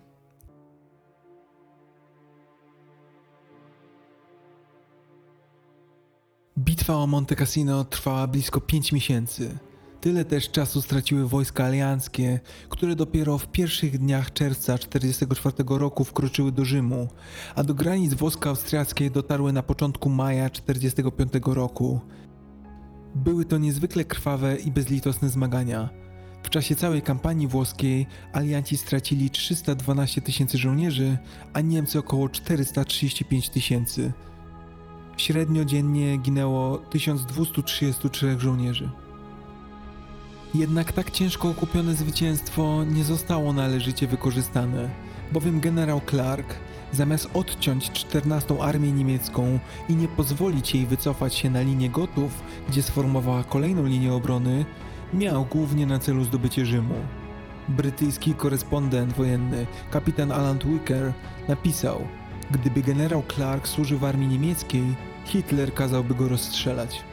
Bitwa o Monte Cassino trwała blisko 5 miesięcy. Tyle też czasu straciły wojska alianckie, które dopiero w pierwszych dniach czerwca 1944 roku wkroczyły do Rzymu, a do granic włosko-austriackie dotarły na początku maja 1945 roku. Były to niezwykle krwawe i bezlitosne zmagania. W czasie całej kampanii włoskiej alianci stracili 312 tysięcy żołnierzy, a Niemcy około 435 tysięcy. Średnio dziennie ginęło 1233 żołnierzy. Jednak tak ciężko okupione zwycięstwo nie zostało należycie wykorzystane, bowiem generał Clark, zamiast odciąć 14. Armię Niemiecką i nie pozwolić jej wycofać się na linię Gotów, gdzie sformowała kolejną linię obrony, miał głównie na celu zdobycie Rzymu. Brytyjski korespondent wojenny, kapitan Alan Wicker, napisał: gdyby generał Clark służył w armii niemieckiej, Hitler kazałby go rozstrzelać.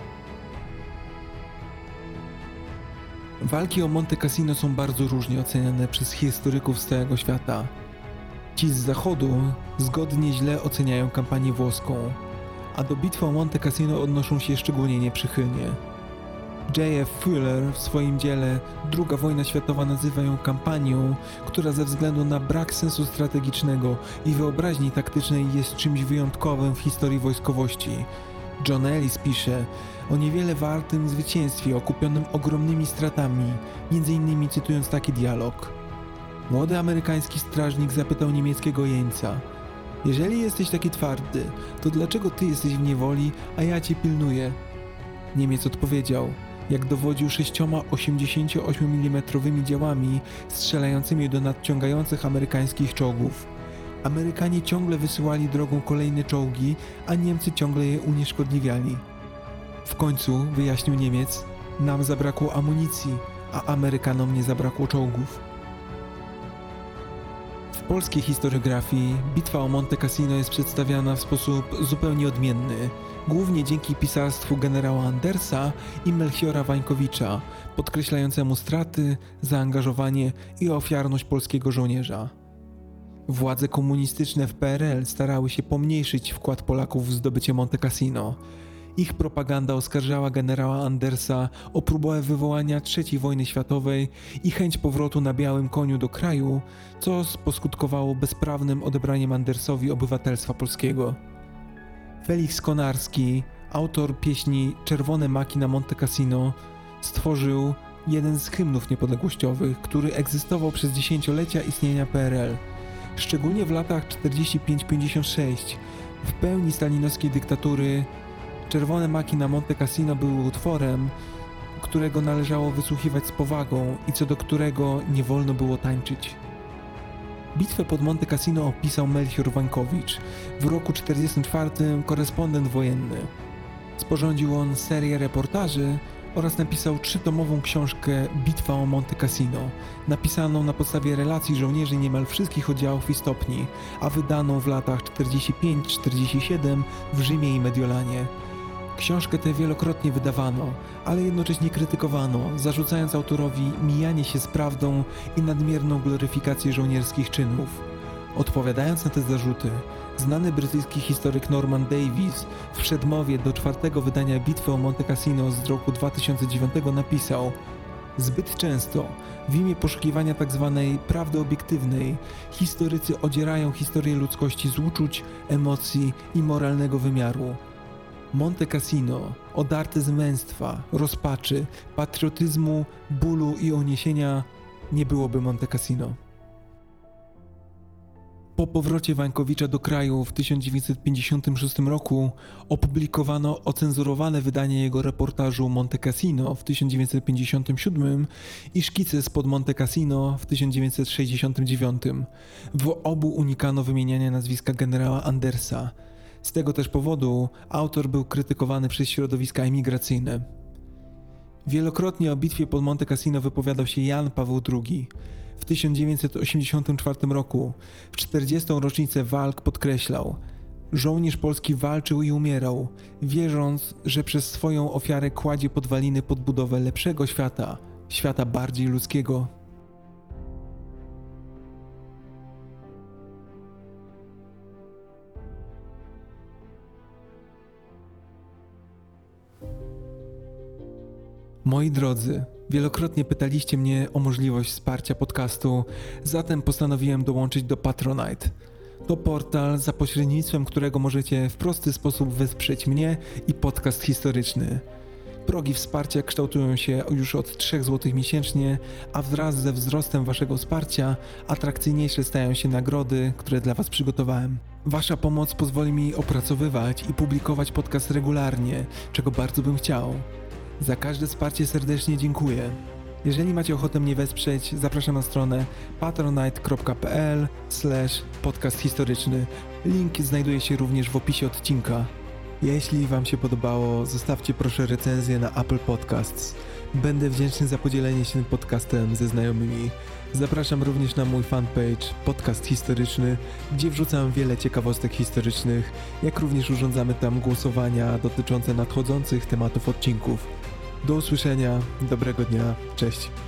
Walki o Monte Cassino są bardzo różnie oceniane przez historyków z całego świata. Ci z zachodu zgodnie źle oceniają kampanię włoską, a do bitwy o Monte Cassino odnoszą się szczególnie nieprzychylnie. J.F. Fuller w swoim dziele II wojna światowa nazywa ją kampanią, która ze względu na brak sensu strategicznego i wyobraźni taktycznej jest czymś wyjątkowym w historii wojskowości. John Ellis pisze o niewiele wartym zwycięstwie okupionym ogromnymi stratami, m.in. cytując taki dialog. Młody amerykański strażnik zapytał niemieckiego jeńca: jeżeli jesteś taki twardy, to dlaczego ty jesteś w niewoli, a ja cię pilnuję? Niemiec odpowiedział, jak dowodził 6 88 mm działami strzelającymi do nadciągających amerykańskich czołgów. Amerykanie ciągle wysyłali drogą kolejne czołgi, a Niemcy ciągle je unieszkodliwiali. W końcu, wyjaśnił Niemiec, nam zabrakło amunicji, a Amerykanom nie zabrakło czołgów. W polskiej historiografii bitwa o Monte Cassino jest przedstawiana w sposób zupełnie odmienny, głównie dzięki pisarstwu generała Andersa i Melchiora Wańkowicza, podkreślającemu straty, zaangażowanie i ofiarność polskiego żołnierza. Władze komunistyczne w PRL starały się pomniejszyć wkład Polaków w zdobycie Monte Cassino. Ich propaganda oskarżała generała Andersa o próbę wywołania III wojny światowej i chęć powrotu na białym koniu do kraju, co poskutkowało bezprawnym odebraniem Andersowi obywatelstwa polskiego. Felix Konarski, autor pieśni Czerwone maki na Monte Cassino, stworzył jeden z hymnów niepodległościowych, który egzystował przez dziesięciolecia istnienia PRL. Szczególnie w latach 45-56, w pełni stalinowskiej dyktatury, Czerwone maki na Monte Cassino były utworem, którego należało wysłuchiwać z powagą i co do którego nie wolno było tańczyć. Bitwę pod Monte Cassino opisał Melchior Wańkowicz, w roku 1944 korespondent wojenny. Sporządził on serię reportaży oraz napisał 3-tomową książkę Bitwa o Monte Cassino, napisaną na podstawie relacji żołnierzy niemal wszystkich oddziałów i stopni, a wydaną w latach 45-47 w Rzymie i Mediolanie. Książkę tę wielokrotnie wydawano, ale jednocześnie krytykowano, zarzucając autorowi mijanie się z prawdą i nadmierną gloryfikację żołnierskich czynów. Odpowiadając na te zarzuty, znany brytyjski historyk Norman Davies w przedmowie do 4. wydania Bitwy o Monte Cassino z roku 2009 napisał: zbyt często, w imię poszukiwania tzw. prawdy obiektywnej, historycy odzierają historię ludzkości z uczuć, emocji i moralnego wymiaru. Monte Cassino, odarte z męstwa, rozpaczy, patriotyzmu, bólu i uniesienia, nie byłoby Monte Cassino. Po powrocie Wańkowicza do kraju w 1956 roku opublikowano ocenzurowane wydanie jego reportażu Monte Cassino w 1957 i szkice spod Monte Cassino w 1969. W obu unikano wymieniania nazwiska generała Andersa. Z tego też powodu autor był krytykowany przez środowiska emigracyjne. Wielokrotnie o bitwie pod Monte Cassino wypowiadał się Jan Paweł II. W 1984 roku, w 40. rocznicę walk podkreślał: żołnierz polski walczył i umierał, wierząc, że przez swoją ofiarę kładzie podwaliny pod budowę lepszego świata, świata bardziej ludzkiego. Moi drodzy, wielokrotnie pytaliście mnie o możliwość wsparcia podcastu, zatem postanowiłem dołączyć do Patronite. To portal, za pośrednictwem którego możecie w prosty sposób wesprzeć mnie i podcast historyczny. Progi wsparcia kształtują się już od 3 zł miesięcznie, a wraz ze wzrostem waszego wsparcia atrakcyjniejsze stają się nagrody, które dla was przygotowałem. Wasza pomoc pozwoli mi opracowywać i publikować podcast regularnie, czego bardzo bym chciał. Za każde wsparcie serdecznie dziękuję. Jeżeli macie ochotę mnie wesprzeć, zapraszam na stronę patronite.pl/podcast historyczny. Link znajduje się również w opisie odcinka. Jeśli wam się podobało, zostawcie proszę recenzję na Apple Podcasts. Będę wdzięczny za podzielenie się tym podcastem ze znajomymi. Zapraszam również na mój fanpage Podcast Historyczny, gdzie wrzucam wiele ciekawostek historycznych, jak również urządzamy tam głosowania dotyczące nadchodzących tematów odcinków. Do usłyszenia, dobrego dnia, cześć.